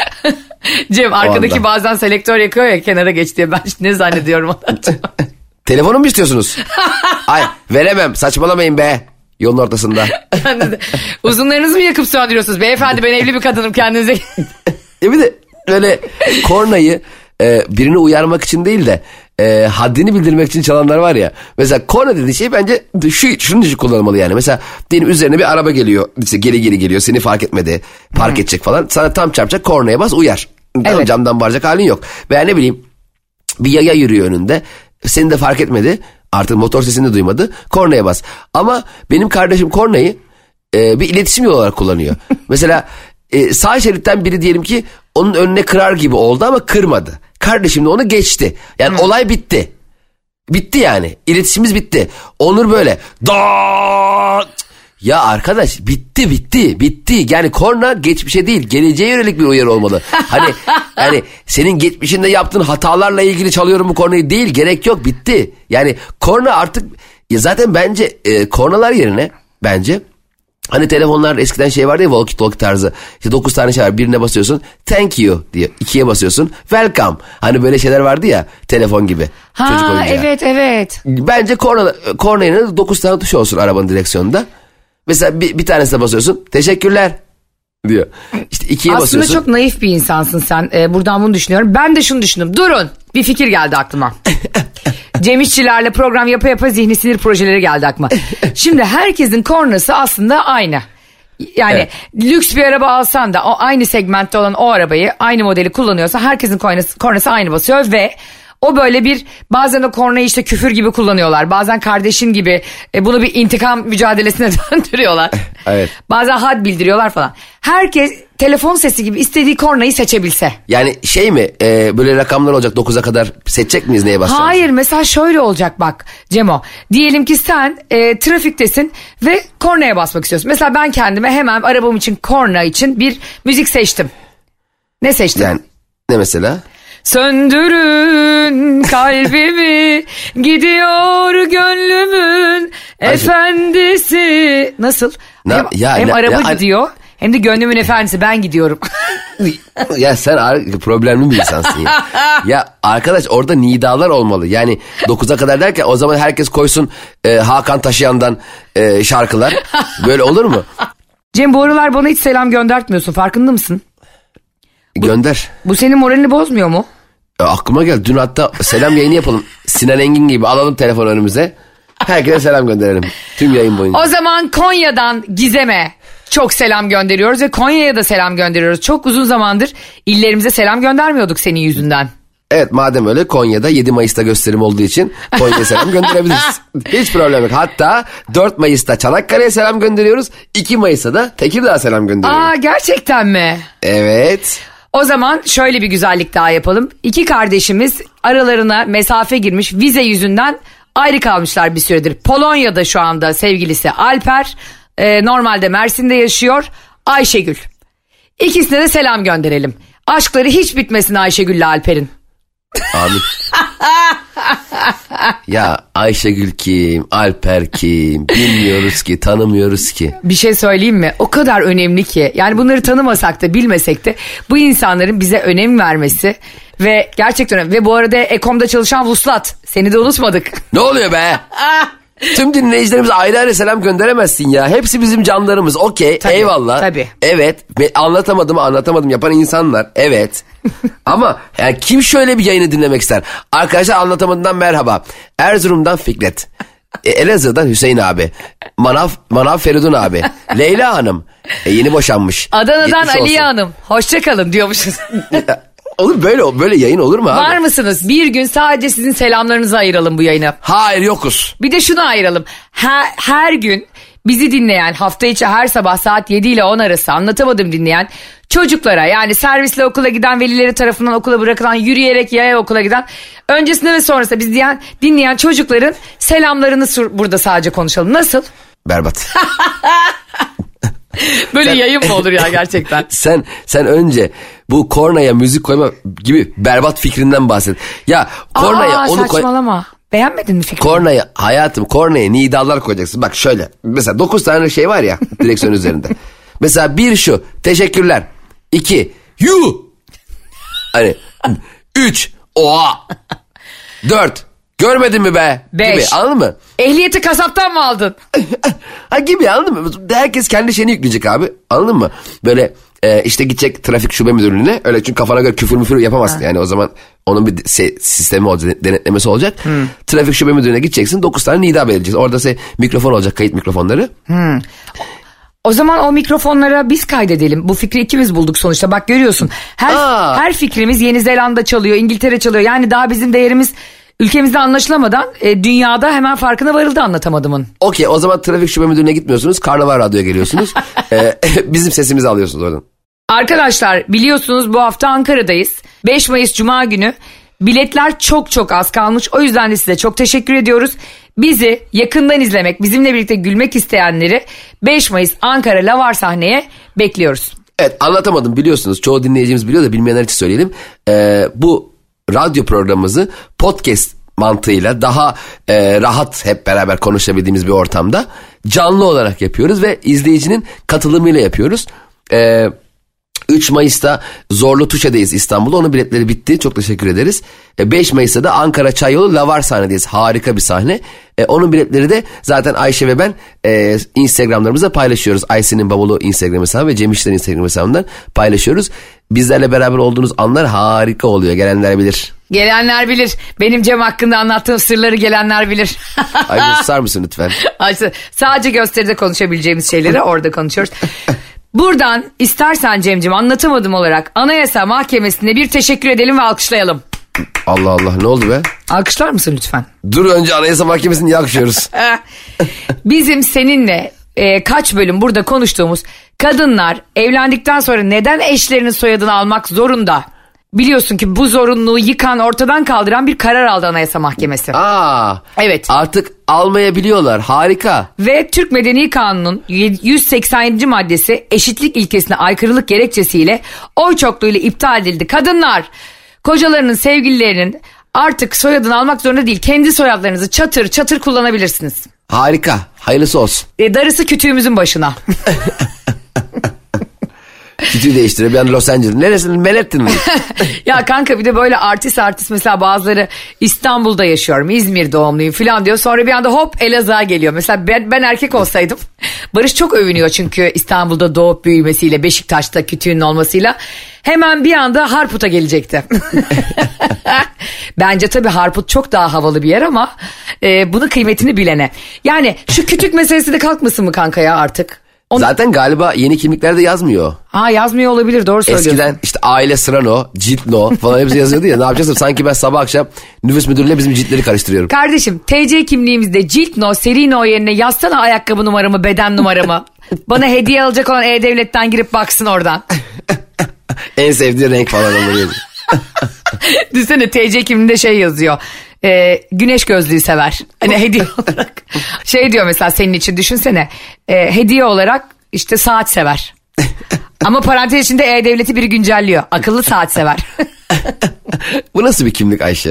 Cem arkadaki bazen selektör yakıyor ya kenara geç diye, ben ne zannediyorum ona. Telefonu mu istiyorsunuz? Ay veremem, saçmalamayın be. Yolun ortasında. Uzunlarınızı mı yakıp söndürüyorsunuz? Beyefendi ben evli bir kadınım, kendinize. E bir de böyle kornayı e, birini uyarmak için değil de e, haddini bildirmek için çalanlar var ya. Mesela korna dediği şey bence şu, şunun için kullanılmalı yani. Mesela diyelim üzerine bir araba geliyor. İşte geri geri geliyor, seni fark etmedi. Park hmm. edecek falan. Sana tam çarpacak, kornaya bas, uyar. Evet. Camdan bağıracak halin yok. Veya ne bileyim bir yaya yürüyor önünde. Seni de fark etmedi. Artık motor sesini de duymadı. Kornaya bas. Ama benim kardeşim kornayı e, bir iletişim yolu olarak kullanıyor. Mesela e, sağ şeritten biri diyelim ki onun önüne kırar gibi oldu ama kırmadı. Kardeşim de onu geçti. Yani hmm. olay bitti. Bitti yani. İletişimimiz bitti. Onur böyle. Daaat. Ya arkadaş bitti bitti bitti. Yani korna geçmişe değil, geleceğe yönelik bir uyarı olmalı. Hani yani senin geçmişinde yaptığın hatalarla ilgili çalıyorum bu kornayı değil, gerek yok, bitti. Yani korna artık ya zaten bence e, kornalar yerine bence hani telefonlar eskiden şey vardı ya, walkie talkie tarzı. İşte dokuz tane şey var, birine basıyorsun thank you diye, ikiye basıyorsun welcome. Hani böyle şeyler vardı ya telefon gibi. Ha çocuk oyuncağı. Evet evet. Bence korna, kornanın dokuz tane tuşu olsun arabanın direksiyonunda. Mesela bir, bir tanesine basıyorsun teşekkürler diyor. İşte ikiye aslında basıyorsun. Aslında çok naif bir insansın sen. Ee, buradan bunu düşünüyorum. Ben de şunu düşündüm. Durun, bir fikir geldi aklıma. Cem İşçilerle program yapa yapa zihni sinir projeleri geldi aklıma. Şimdi herkesin kornası aslında aynı. Yani evet. Lüks bir araba alsan da o aynı segmentte olan o arabayı, aynı modeli kullanıyorsa herkesin kornası, kornası aynı basıyor ve o böyle bir, bazen o kornayı işte küfür gibi kullanıyorlar. Bazen kardeşin gibi e, bunu bir intikam mücadelesine döndürüyorlar. Evet. Bazen had bildiriyorlar falan. Herkes telefon sesi gibi istediği kornayı seçebilse. Yani şey mi e, böyle rakamlar olacak, dokuza kadar seçecek miyiz neye basacağız? Hayır, mesela şöyle olacak bak Cemo. Diyelim ki sen e, trafiktesin ve kornaya basmak istiyorsun. Mesela ben kendime hemen arabam için korna için bir müzik seçtim. Ne seçtim? Yani ne mesela? Söndürün kalbimi, gidiyor gönlümün efendisi. Nasıl? Ne, hem ya, hem ne, araba ya, gidiyor hem de gönlümün efendisi ben gidiyorum. Ya sen problemli bir insansın ya. Ya arkadaş orada nidalar olmalı. Yani dokuza kadar derken o zaman herkes koysun e, Hakan Taşıyan'dan e, şarkılar. Böyle olur mu? Cem bu aralar bana hiç selam göndertmiyorsun, farkında mısın? Bu, Gönder. Bu senin moralini bozmuyor mu? E, aklıma geldi. Dün hatta selam yayını yapalım. Sinan Engin gibi alalım telefon önümüze. Herkese selam gönderelim. Tüm yayın boyunca. O zaman Konya'dan Gizem'e çok selam gönderiyoruz ve Konya'ya da selam gönderiyoruz. Çok uzun zamandır illerimize selam göndermiyorduk senin yüzünden. Evet, madem öyle Konya'da yedi Mayıs'ta gösterim olduğu için Konya'ya selam gönderebiliriz. Hiç problem yok. Hatta dört Mayıs'ta Çanakkale'ye selam gönderiyoruz. iki Mayıs'ta da Tekirdağ'a selam gönderiyoruz. Aa, gerçekten mi? Evet. O zaman şöyle bir güzellik daha yapalım. İki kardeşimiz aralarına mesafe girmiş, vize yüzünden Ayrı kalmışlar bir süredir. Polonya'da şu anda sevgilisi Alper. E, normalde Mersin'de yaşıyor. Ayşegül. İkisine de selam gönderelim. Aşkları hiç bitmesin Ayşegül'le Alper'in. Amin. Ya Ayşegül kim, Alper kim bilmiyoruz ki, tanımıyoruz ki. Bir şey söyleyeyim mi? O kadar önemli ki. Yani bunları tanımasak da bilmesek de bu insanların bize önem vermesi ve gerçekten ve bu arada Ekom'da çalışan Vuslat. Seni de unutmadık. Ne oluyor be? Tüm dinleyicilerimize ayrı ayrı selam gönderemezsin ya. Hepsi bizim canlarımız. Okey, eyvallah. Tabii. Evet, anlatamadım anlatamadım yapan insanlar. Evet. Ama yani kim şöyle bir yayını dinlemek ister? Arkadaşlar anlatamadığından merhaba. Erzurum'dan Fikret. E, Elazığ'dan Hüseyin abi. Manav, Manav Feridun abi. Leyla Hanım. E, yeni boşanmış. Adana'dan Aliye Hanım. Hoşçakalın diyormuşuz. Olur böyle böyle yayın olur mu abi? Var mısınız? Bir gün sadece sizin selamlarınızı ayıralım bu yayına. Hayır yokuz. Bir de şunu ayıralım. Her, her gün bizi dinleyen, hafta içi her sabah saat yedi ile on arası Anlatamadım dinleyen çocuklara, yani servisle okula giden, velileri tarafından okula bırakılan, yürüyerek yaya okula giden, öncesinde ve sonrasında biz diyen, dinleyen çocukların selamlarını burada sadece konuşalım. Nasıl? Berbat. Böyle sen, yayın mı olur ya gerçekten? sen sen önce bu kornaya müzik koyma gibi berbat fikrinden bahset. Ya kornaya Aa, onu koy. Saçmalama. Beğenmedin mi fikrini? Kornaya hayatım, kornaya nidalar koyacaksın. Bak şöyle. Mesela dokuz tane şey var ya direksiyon üzerinde. Mesela bir şu. Teşekkürler. İki. You. Hani. Üç. Oha. Dört. Görmedin mi be? Beş. Gibi, anladın mı? Ehliyeti kasaptan mı aldın? Ha gibi, anladın mı? Herkes kendi şeyini yükleyecek abi. Anladın mı? Böyle e, işte gidecek trafik şube müdürlüğüne. Öyle çünkü kafana göre küfür müfür yapamazsın. Ha. Yani o zaman onun bir se- sistemi olacak, denetlemesi olacak. Hmm. Trafik şube müdürlüğüne gideceksin. Dokuz tane nida belirleyeceksin. Orada se- mikrofon olacak, kayıt mikrofonları. Hmm. O zaman o mikrofonlara biz kaydedelim. Bu fikri ikimiz bulduk sonuçta. Bak görüyorsun. Her, her fikrimiz Yeni Zelanda çalıyor, İngiltere çalıyor. Yani daha bizim değerimiz ülkemizde anlaşılamadan e, dünyada hemen farkına varıldı Anlatamadım'ın. Okey, o zaman trafik şube müdürlüğüne gitmiyorsunuz. Karnaval Radyo'ya geliyorsunuz. e, bizim sesimizi alıyorsunuz oradan. Arkadaşlar biliyorsunuz bu hafta Ankara'dayız. beş Mayıs Cuma günü. Biletler çok çok az kalmış. O yüzden de size çok teşekkür ediyoruz. Bizi yakından izlemek, bizimle birlikte gülmek isteyenleri beş Mayıs Ankara Lavar sahneye bekliyoruz. Evet, Anlatamadım biliyorsunuz. Çoğu dinleyicimiz biliyor da bilmeyenler için söyleyelim. Ee, bu radyo programımızı podcast mantığıyla daha e, rahat hep beraber konuşabildiğimiz bir ortamda canlı olarak yapıyoruz ve izleyicinin katılımıyla yapıyoruz. Evet. üç Mayıs'ta Zorlu Tuşa'dayız İstanbul'da. Onun biletleri bitti. Çok teşekkür ederiz. beş Mayıs'ta da Ankara Çayyolu Lavar sahnedeyiz. Harika bir sahne. Onun biletleri de zaten Ayşe ve ben Instagram'larımızda paylaşıyoruz. Ayşe'nin bavulu Instagram hesabı ve Cem İşler'in Instagram hesabından paylaşıyoruz. Bizlerle beraber olduğunuz anlar harika oluyor. Gelenler bilir. Gelenler bilir. Benim Cem hakkında anlattığım sırları gelenler bilir. Ayşe susar mısın lütfen? Ayşe, sadece gösteride konuşabileceğimiz şeyleri orada konuşuyoruz. Buradan istersen Cem'cim Anlatamadım olarak Anayasa Mahkemesi'ne bir teşekkür edelim ve alkışlayalım. Allah Allah, ne oldu be? Alkışlar mısın lütfen? Dur önce Anayasa Mahkemesi'ni niye alkışlıyoruz? Bizim seninle e, kaç bölüm burada konuştuğumuz kadınlar evlendikten sonra neden eşlerinin soyadını almak zorunda? Biliyorsun ki bu zorunluluğu yıkan, ortadan kaldıran bir karar aldı Anayasa Mahkemesi. Aa, evet. Artık almayabiliyorlar. Harika. Ve Türk Medeni Kanunu'nun yüz seksen yedinci maddesi eşitlik ilkesine aykırılık gerekçesiyle oy çokluğuyla iptal edildi. Kadınlar, kocalarının, sevgililerinin artık soyadını almak zorunda değil. Kendi soyadlarınızı çatır çatır kullanabilirsiniz. Harika. Hayırlısı olsun. E, darısı kütüğümüzün başına. Kütüğü değiştiriyor. Bir an Los Angeles. Neresinin? Manhattan mı? Ya kanka bir de böyle artist artist mesela bazıları İstanbul'da yaşıyorum, İzmir doğumluyum falan diyor. Sonra bir anda hop Elazığ'a geliyor. Mesela ben, ben erkek olsaydım. Barış çok övünüyor çünkü İstanbul'da doğup büyümesiyle, Beşiktaş'ta kütüğünün olmasıyla. Hemen bir anda Harput'a gelecekti. Bence tabii Harput çok daha havalı bir yer ama e, bunun kıymetini bilene. Yani şu kütük meselesi de kalkmasın mı kanka ya artık? Onu... Zaten galiba yeni kimliklerde yazmıyor. Ha, yazmıyor olabilir, doğru söylüyorsun. Eskiden işte aile sırano, cilt no falan hepsi yazıyordu ya. Ne yapacaksın? Sanki ben sabah akşam nüfus müdürüyle bizim ciltleri karıştırıyorum. Kardeşim T C kimliğimizde cilt no, seri no yerine yazsana ayakkabı numaramı, beden numaramı. Bana hediye alacak olan E-Devlet'ten girip baksın oradan. En sevdiği renk falan oluyor. Düşünsene T C kimliğinde şey yazıyor. E, güneş gözlüğü sever. Hani hediye olarak. Şey diyor mesela senin için düşünsene. E, hediye olarak işte saat sever. Ama parantez içinde E-Devlet'i biri güncelliyor. Akıllı saat sever. Bu nasıl bir kimlik Ayşe?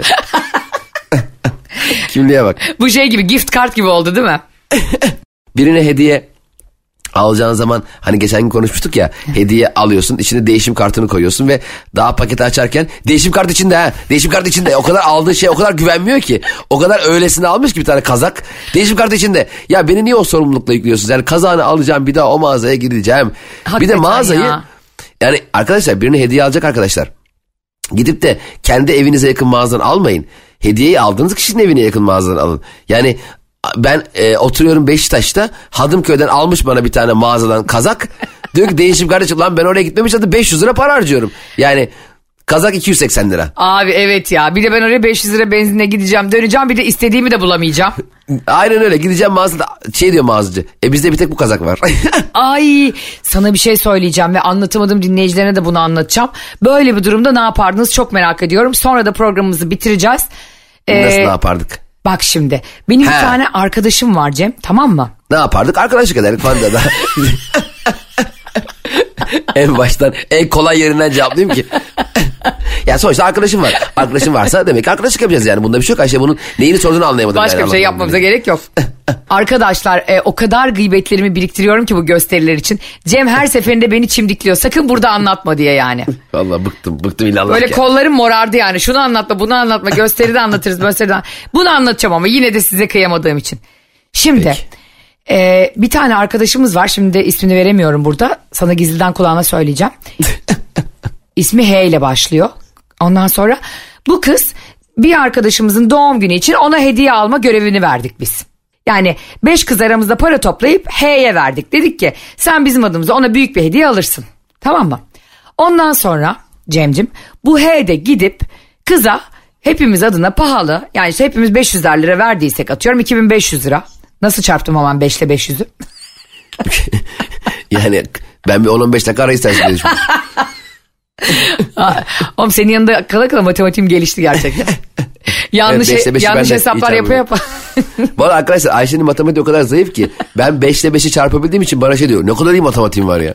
Kimliğe bak. Bu şey gibi gift card gibi oldu değil mi? Birine hediye alacağın zaman hani geçen gün konuşmuştuk ya, hediye alıyorsun, içine değişim kartını koyuyorsun ve daha paketi açarken değişim kartı içinde ha değişim kartı içinde, o kadar aldığı şey o kadar güvenmiyor ki, o kadar öylesine almış ki bir tane kazak, değişim kartı içinde. Ya beni niye o sorumlulukla yüklüyorsunuz? Yani kazağını alacağım, bir daha o mağazaya gideceğim. Hakikaten bir de mağazayı ya. Yani arkadaşlar, birine hediye alacak arkadaşlar, gidip de kendi evinize yakın mağazadan almayın. Hediyeyi aldığınız kişinin evine yakın mağazadan alın. Yani ben e, oturuyorum Beşiktaş'ta, Hadımköy'den almış bana bir tane mağazadan kazak. Diyor ki değişim kardeşim, lan ben oraya gitmemiş, hadi beş yüz lira para harcıyorum. Yani kazak iki yüz seksen lira. Abi evet ya, bir de ben oraya beş yüz lira benzinle gideceğim, döneceğim, bir de istediğimi de bulamayacağım. Aynen öyle, gideceğim mağazada, şey diyor mağazacı, e bizde bir tek bu kazak var. Ay sana bir şey söyleyeceğim ve anlatamadığım dinleyicilerine de bunu anlatacağım. Böyle bir durumda ne yapardınız çok merak ediyorum. Sonra da programımızı bitireceğiz. Ee, Nasıl ne yapardık? Bak şimdi benim He. bir tane arkadaşım var Cem, tamam mı? Ne yapardık? Arkadaşlık ederdik Vanda'da. En baştan en kolay yerinden cevaplayayım ki. Ya sonuçta arkadaşım var. Arkadaşım varsa demek ki arkadaşlık yapacağız yani. Bunda bir şey yok Ayşe. Bunun neyini sorduğunu anlayamadım. Başka yani. bir şey yapmamıza gerek yok. Arkadaşlar e, o kadar gıybetlerimi biriktiriyorum ki bu gösteriler için. Cem her seferinde beni çimdikliyor. Sakın burada anlatma diye yani. Vallahi bıktım bıktım ilallah. Böyle kollarım morardı yani. Şunu anlatma, bunu anlatma. Gösteride anlatırız, gösteride anlatırız. Bunu anlatacağım ama yine de size kıyamadığım için. Şimdi e, bir tane arkadaşımız var. Şimdi de ismini veremiyorum burada. Sana gizliden kulağına söyleyeceğim. İsmi H ile başlıyor. Ondan sonra bu kız, bir arkadaşımızın doğum günü için ona hediye alma görevini verdik biz. Yani beş kız aramızda para toplayıp H'ye verdik. Dedik ki sen bizim adımıza ona büyük bir hediye alırsın. Tamam mı? Ondan sonra Cem'cim bu H de gidip kıza hepimiz adına pahalı, yani işte hepimiz beş yüzer lira verdiysek, atıyorum iki bin beş yüz lira. Nasıl çarptım hemen beş ile beş yüzü? Yani ben bir on on beş dakika ara istersen dedim. Oğlum senin yanında kala kala matematiğim gelişti gerçekten. Yanlış, evet, yanlış hesaplar yapa yapa. Valla arkadaşlar Ayşe'nin matematiği o kadar zayıf ki ben beş ile beşi çarpabildiğim için bana şey diyor, ne kadar iyi matematiğim var ya.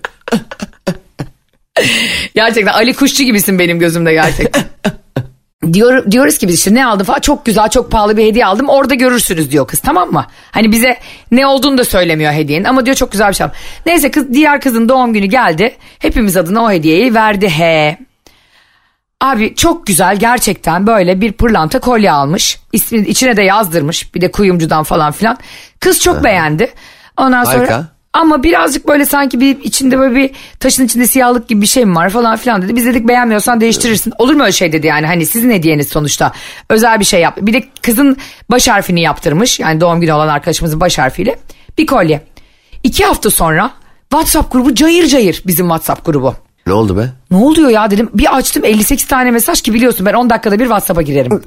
Gerçekten Ali Kuşçu gibisin benim gözümde gerçekten. Diyor, diyoruz ki biz işte ne aldım falan, çok güzel çok pahalı bir hediye aldım, orada görürsünüz diyor kız, tamam mı? Hani bize ne olduğunu da söylemiyor hediyenin ama diyor çok güzel bir şey aldım. Neyse kız, diğer kızın doğum günü geldi, hepimiz adına o hediyeyi verdi he. Abi çok güzel gerçekten, böyle bir pırlanta kolye almış, ismini içine de yazdırmış, bir de kuyumcudan falan filan. Kız çok Aha. beğendi. Ondan sonra Harika. Ama birazcık böyle sanki bir içinde böyle bir taşın içinde siyahlık gibi bir şey mi var falan filan dedi. Biz dedik beğenmiyorsan değiştirirsin. Olur mu öyle şey dedi yani, hani sizin hediyeniz sonuçta, özel bir şey yap. Bir de kızın baş harfini yaptırmış, yani doğum günü olan arkadaşımızın baş harfiyle bir kolye. İki hafta sonra WhatsApp grubu cayır cayır, bizim WhatsApp grubu. Ne oldu be? Ne oluyor ya dedim, bir açtım elli sekiz tane mesaj ki biliyorsun ben on dakikada bir WhatsApp'a girerim.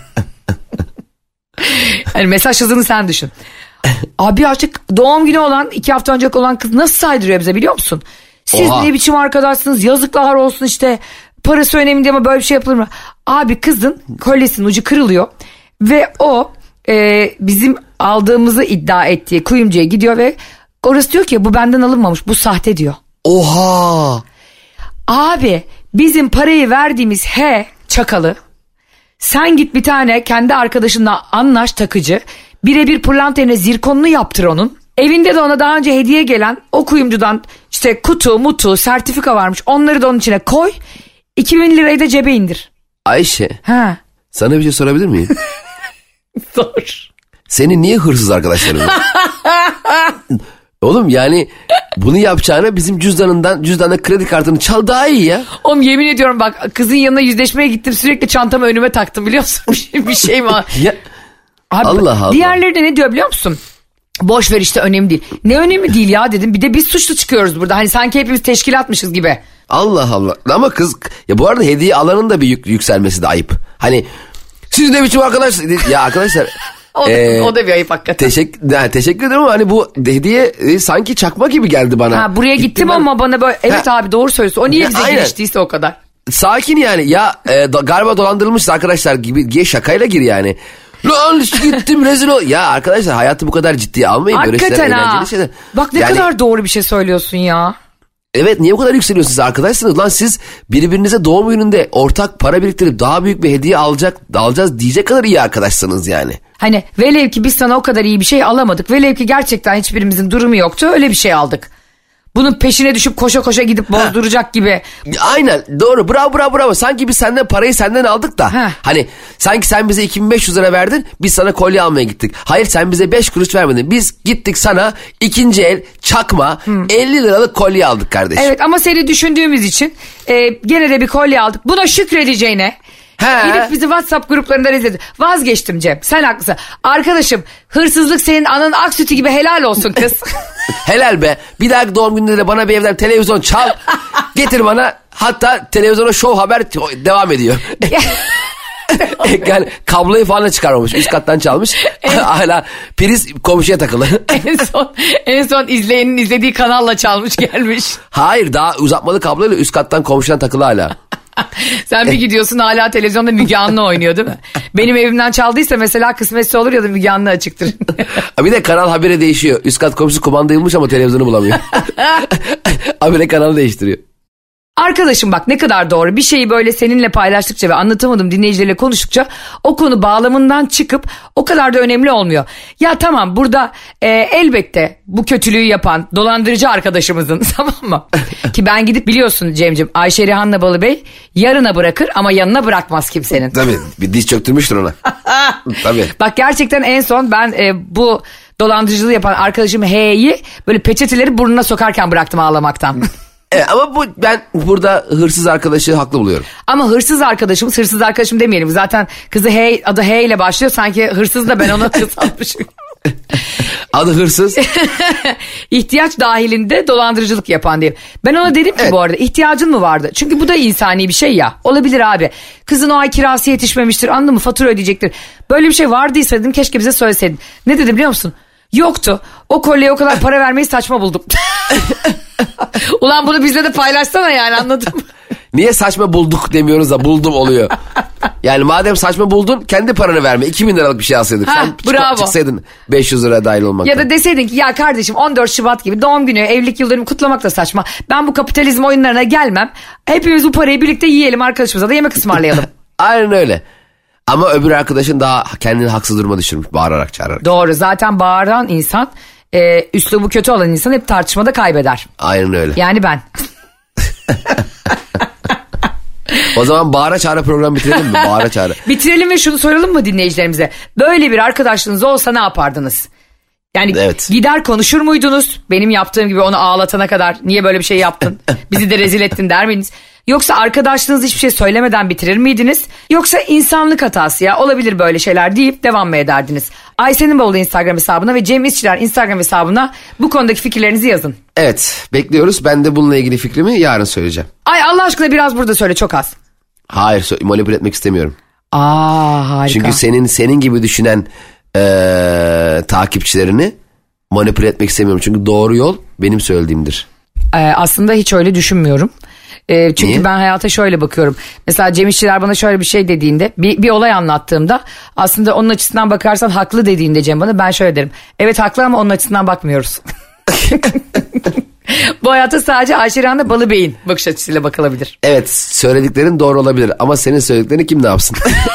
Yani mesaj hızını sen düşün. Abi artık doğum günü olan, iki hafta önce olan kız nasıl saydırıyor bize biliyor musun? Siz Oha. ne biçim arkadaşsınız, yazıklar olsun işte, parası önemli değil ama böyle bir şey yapılır mı? Abi kızın kolyesinin ucu kırılıyor ve o e, bizim aldığımızı iddia ettiği kuyumcuya gidiyor ve orası diyor ki bu benden alınmamış, bu sahte diyor. Oha. Abi bizim parayı verdiğimiz he çakalı, sen git bir tane kendi arkadaşınla anlaş takıcı, birebir pırlanta yerine zirkonunu yaptır onun. Evinde de ona daha önce hediye gelen o kuyumcudan işte kutu, mutu, sertifika varmış. Onları da onun içine koy. iki bin lirayı da cebe indir. Ayşe. Ha. Sana bir şey sorabilir miyim? Sor. Senin niye hırsız arkadaşların var? Oğlum yani bunu yapacağına bizim cüzdanından, cüzdanına kredi kartını çal daha iyi ya. Oğlum yemin ediyorum bak, kızın yanına yüzleşmeye gittim, sürekli çantamı önüme taktım biliyor musun? Bir şey var. Ya. Abi, Allah Allah. Diğerleri de ne diyor biliyor musun? Boş ver işte, önemli değil. Ne önemli değil ya dedim. Bir de biz suçlu çıkıyoruz burada. Hani sanki hepimiz teşkilatmışız gibi. Allah Allah. Ama kız, ya bu arada hediye alanın da bir yük, yükselmesi de ayıp. Hani siz ne biçim arkadaş? Ya arkadaşlar. o, da, e, o da bir ayıp hakikaten. Teşekkür, yani teşekkür ederim ama hani bu hediye e, sanki çakma gibi geldi bana. Ha, buraya gittim, gittim ben... ama bana böyle evet ha. Abi doğru söylüyorsun. O niye bize giriştiyse o kadar. sakin yani. Ya e, do, galiba dolandırılmışız arkadaşlar gibi diye şakayla gir yani. Lan gittim rezil ol. Ya arkadaşlar hayatı bu kadar ciddiye almayın. Hakikaten ha. Bak ne yani, kadar doğru bir şey söylüyorsun ya. Evet, niye bu kadar yükseliyorsunuz arkadaşsınız lan, siz birbirinize doğum gününde ortak para biriktirip daha büyük bir hediye alacak alacağız diyecek kadar iyi arkadaşsınız yani. Hani velev ki biz sana o kadar iyi bir şey alamadık, velev ki gerçekten hiçbirimizin durumu yoktu, öyle bir şey aldık. Bunun peşine düşüp koşa koşa gidip bozduracak ha. gibi. Aynen doğru, bravo bravo bravo. Sanki biz senden parayı senden aldık da. Ha. Hani sanki sen bize iki bin beş yüz lira verdin, biz sana kolye almaya gittik. Hayır, sen bize beş kuruş vermedin. Biz gittik sana ikinci el çakma hmm. elli liralık kolye aldık kardeşim. Evet ama seni düşündüğümüz için e, gene de bir kolye aldık. Buna şükredeceğine. He. Gidip bizi WhatsApp gruplarında rezil. Vazgeçtim Cem, sen haklısın. Arkadaşım, hırsızlık senin anın ak sütü gibi, helal olsun kız. Helal be. Bir dahaki doğum gününde de bana bir evden televizyon çal. Getir bana. Hatta televizyona Show Haber devam ediyor. Yani kabloyu falan da çıkarmamış. Üst kattan çalmış. Hala priz komşuya takılı. en son en son izleyenin izlediği kanalla çalmış gelmiş. Hayır, daha uzatmalı kabloyla üst kattan komşudan takılı hala. Sen bir gidiyorsun hala televizyonda Müge Anlı oynuyor değil mi? Benim evimden çaldıysa mesela kısmetse olur ya da Müge Anlı açıktır. Bir de kanal habire değişiyor. Üst kat komşusu kumandayılmış ama televizyonu bulamıyor. Habire kanalı değiştiriyor. Arkadaşım bak ne kadar doğru, bir şeyi böyle seninle paylaştıkça ve anlatamadım dinleyicilerle konuştukça o konu bağlamından çıkıp o kadar da önemli olmuyor. Ya tamam, burada e, elbette bu kötülüğü yapan dolandırıcı arkadaşımızın tamam mı? Ki ben gidip biliyorsun Cem'ciğim, Ayşe Rihanna Balıbey yarına bırakır ama yanına bırakmaz kimsenin. Tabii bir diz çöktürmüştür ona. Tabii. Bak gerçekten en son ben e, bu dolandırıcılığı yapan arkadaşım H'yi böyle peçeteleri burnuna sokarken bıraktım ağlamaktan. Evet, ama bu ben burada hırsız arkadaşı haklı buluyorum. Ama hırsız arkadaşımız, hırsız arkadaşım demeyelim. Zaten kızı H, adı H ile başlıyor. Sanki hırsız da ben ona kısaltmışım. Adı hırsız. İhtiyaç dahilinde dolandırıcılık yapan diye. Ben ona dedim ki evet. Bu arada ihtiyacın mı vardı? Çünkü bu da insani bir şey ya. Olabilir abi. Kızın o ay kirası yetişmemiştir, anladın mı? Fatura ödeyecektir. Böyle bir şey vardıysa dedim keşke bize söyleseydin. Ne dedi biliyor musun? Yoktu. O kolyeye o kadar para vermeyi saçma buldum. Ulan bunu bizle de paylaşsana yani, anladın mı? Niye saçma bulduk demiyoruz da buldum oluyor. Yani madem saçma buldun kendi paranı verme. iki bin liralık bir şey alsaydın. Ha, sen bravo. Çıksaydın beş yüz lira dahil olmaktan. Ya da deseydin ki ya kardeşim on dört Şubat gibi doğum günü, evlilik yıldönümü kutlamak da saçma. Ben bu kapitalizm oyunlarına gelmem. Hepimiz bu parayı birlikte yiyelim, arkadaşımıza da yemek ısmarlayalım. Aynen öyle. Ama öbür arkadaşın daha kendini haksız duruma düşürmüş bağırarak çağırarak. Doğru, zaten bağıran insan, e, üslubu kötü olan insan hep tartışmada kaybeder. Aynen öyle. Yani ben. O zaman bağıra çağıra program bitirelim mi? Bağıra çağıra. Bitirelim ve şunu soralım mı dinleyicilerimize? Böyle bir arkadaşlığınız olsa ne yapardınız? Yani evet. Gider konuşur muydunuz? Benim yaptığım gibi onu ağlatana kadar niye böyle bir şey yaptın? Bizi de rezil ettin der miydiniz? Yoksa arkadaşlığınız hiçbir şey söylemeden bitirir miydiniz? Yoksa insanlık hatası ya, olabilir böyle şeyler deyip devam mı ederdiniz? Ayşe'nin Bolu Instagram hesabına ve Cem İşçiler Instagram hesabına bu konudaki fikirlerinizi yazın. Evet, bekliyoruz. Ben de bununla ilgili fikrimi yarın söyleyeceğim. Ay Allah aşkına biraz burada söyle, çok az. Hayır, manipüle etmek istemiyorum. Aa harika. Çünkü senin senin gibi düşünen ee, takipçilerini manipüle etmek istemiyorum. Çünkü doğru yol benim söylediğimdir. Ee, aslında hiç öyle düşünmüyorum. Ee, çünkü Niye? Ben hayata şöyle bakıyorum. Mesela Cem İşçiler bana şöyle bir şey dediğinde, bir, bir olay anlattığımda aslında onun açısından bakarsan haklı dediğinde Cem bana, ben şöyle derim. Evet haklı ama onun açısından bakmıyoruz. Bu hayata sadece Ayşe Rihanna Balıbey'in bakış açısıyla bakılabilir. Evet, söylediklerin doğru olabilir ama senin söylediklerini kim ne yapsın?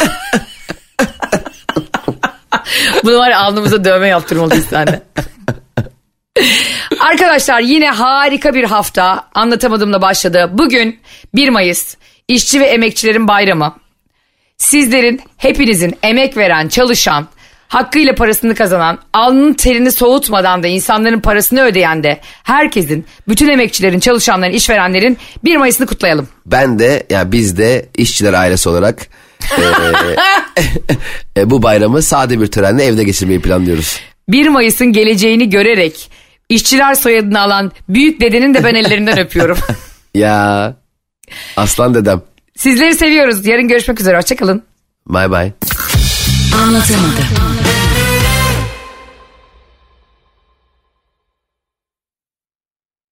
Bunu var ya, alnımıza dövme yaptırmalıyız seninle. Arkadaşlar yine harika bir hafta anlatamadığımla başladı. Bugün bir Mayıs, İşçi ve Emekçilerin Bayramı. Sizlerin, hepinizin emek veren, çalışan, hakkıyla parasını kazanan, alnının terini soğutmadan da insanların parasını ödeyen de herkesin, bütün emekçilerin, çalışanların, işverenlerin bir Mayıs'ını kutlayalım. Ben de, ya yani biz de işçiler ailesi olarak e, e, bu bayramı sade bir törenle evde geçirmeyi planlıyoruz. bir Mayıs'ın geleceğini görerek işçiler soyadını alan büyük dedenin de ben ellerinden öpüyorum. Ya aslan dedem. Sizleri seviyoruz. Yarın görüşmek üzere. Hoşçakalın. Bye bye. Anlatamadım.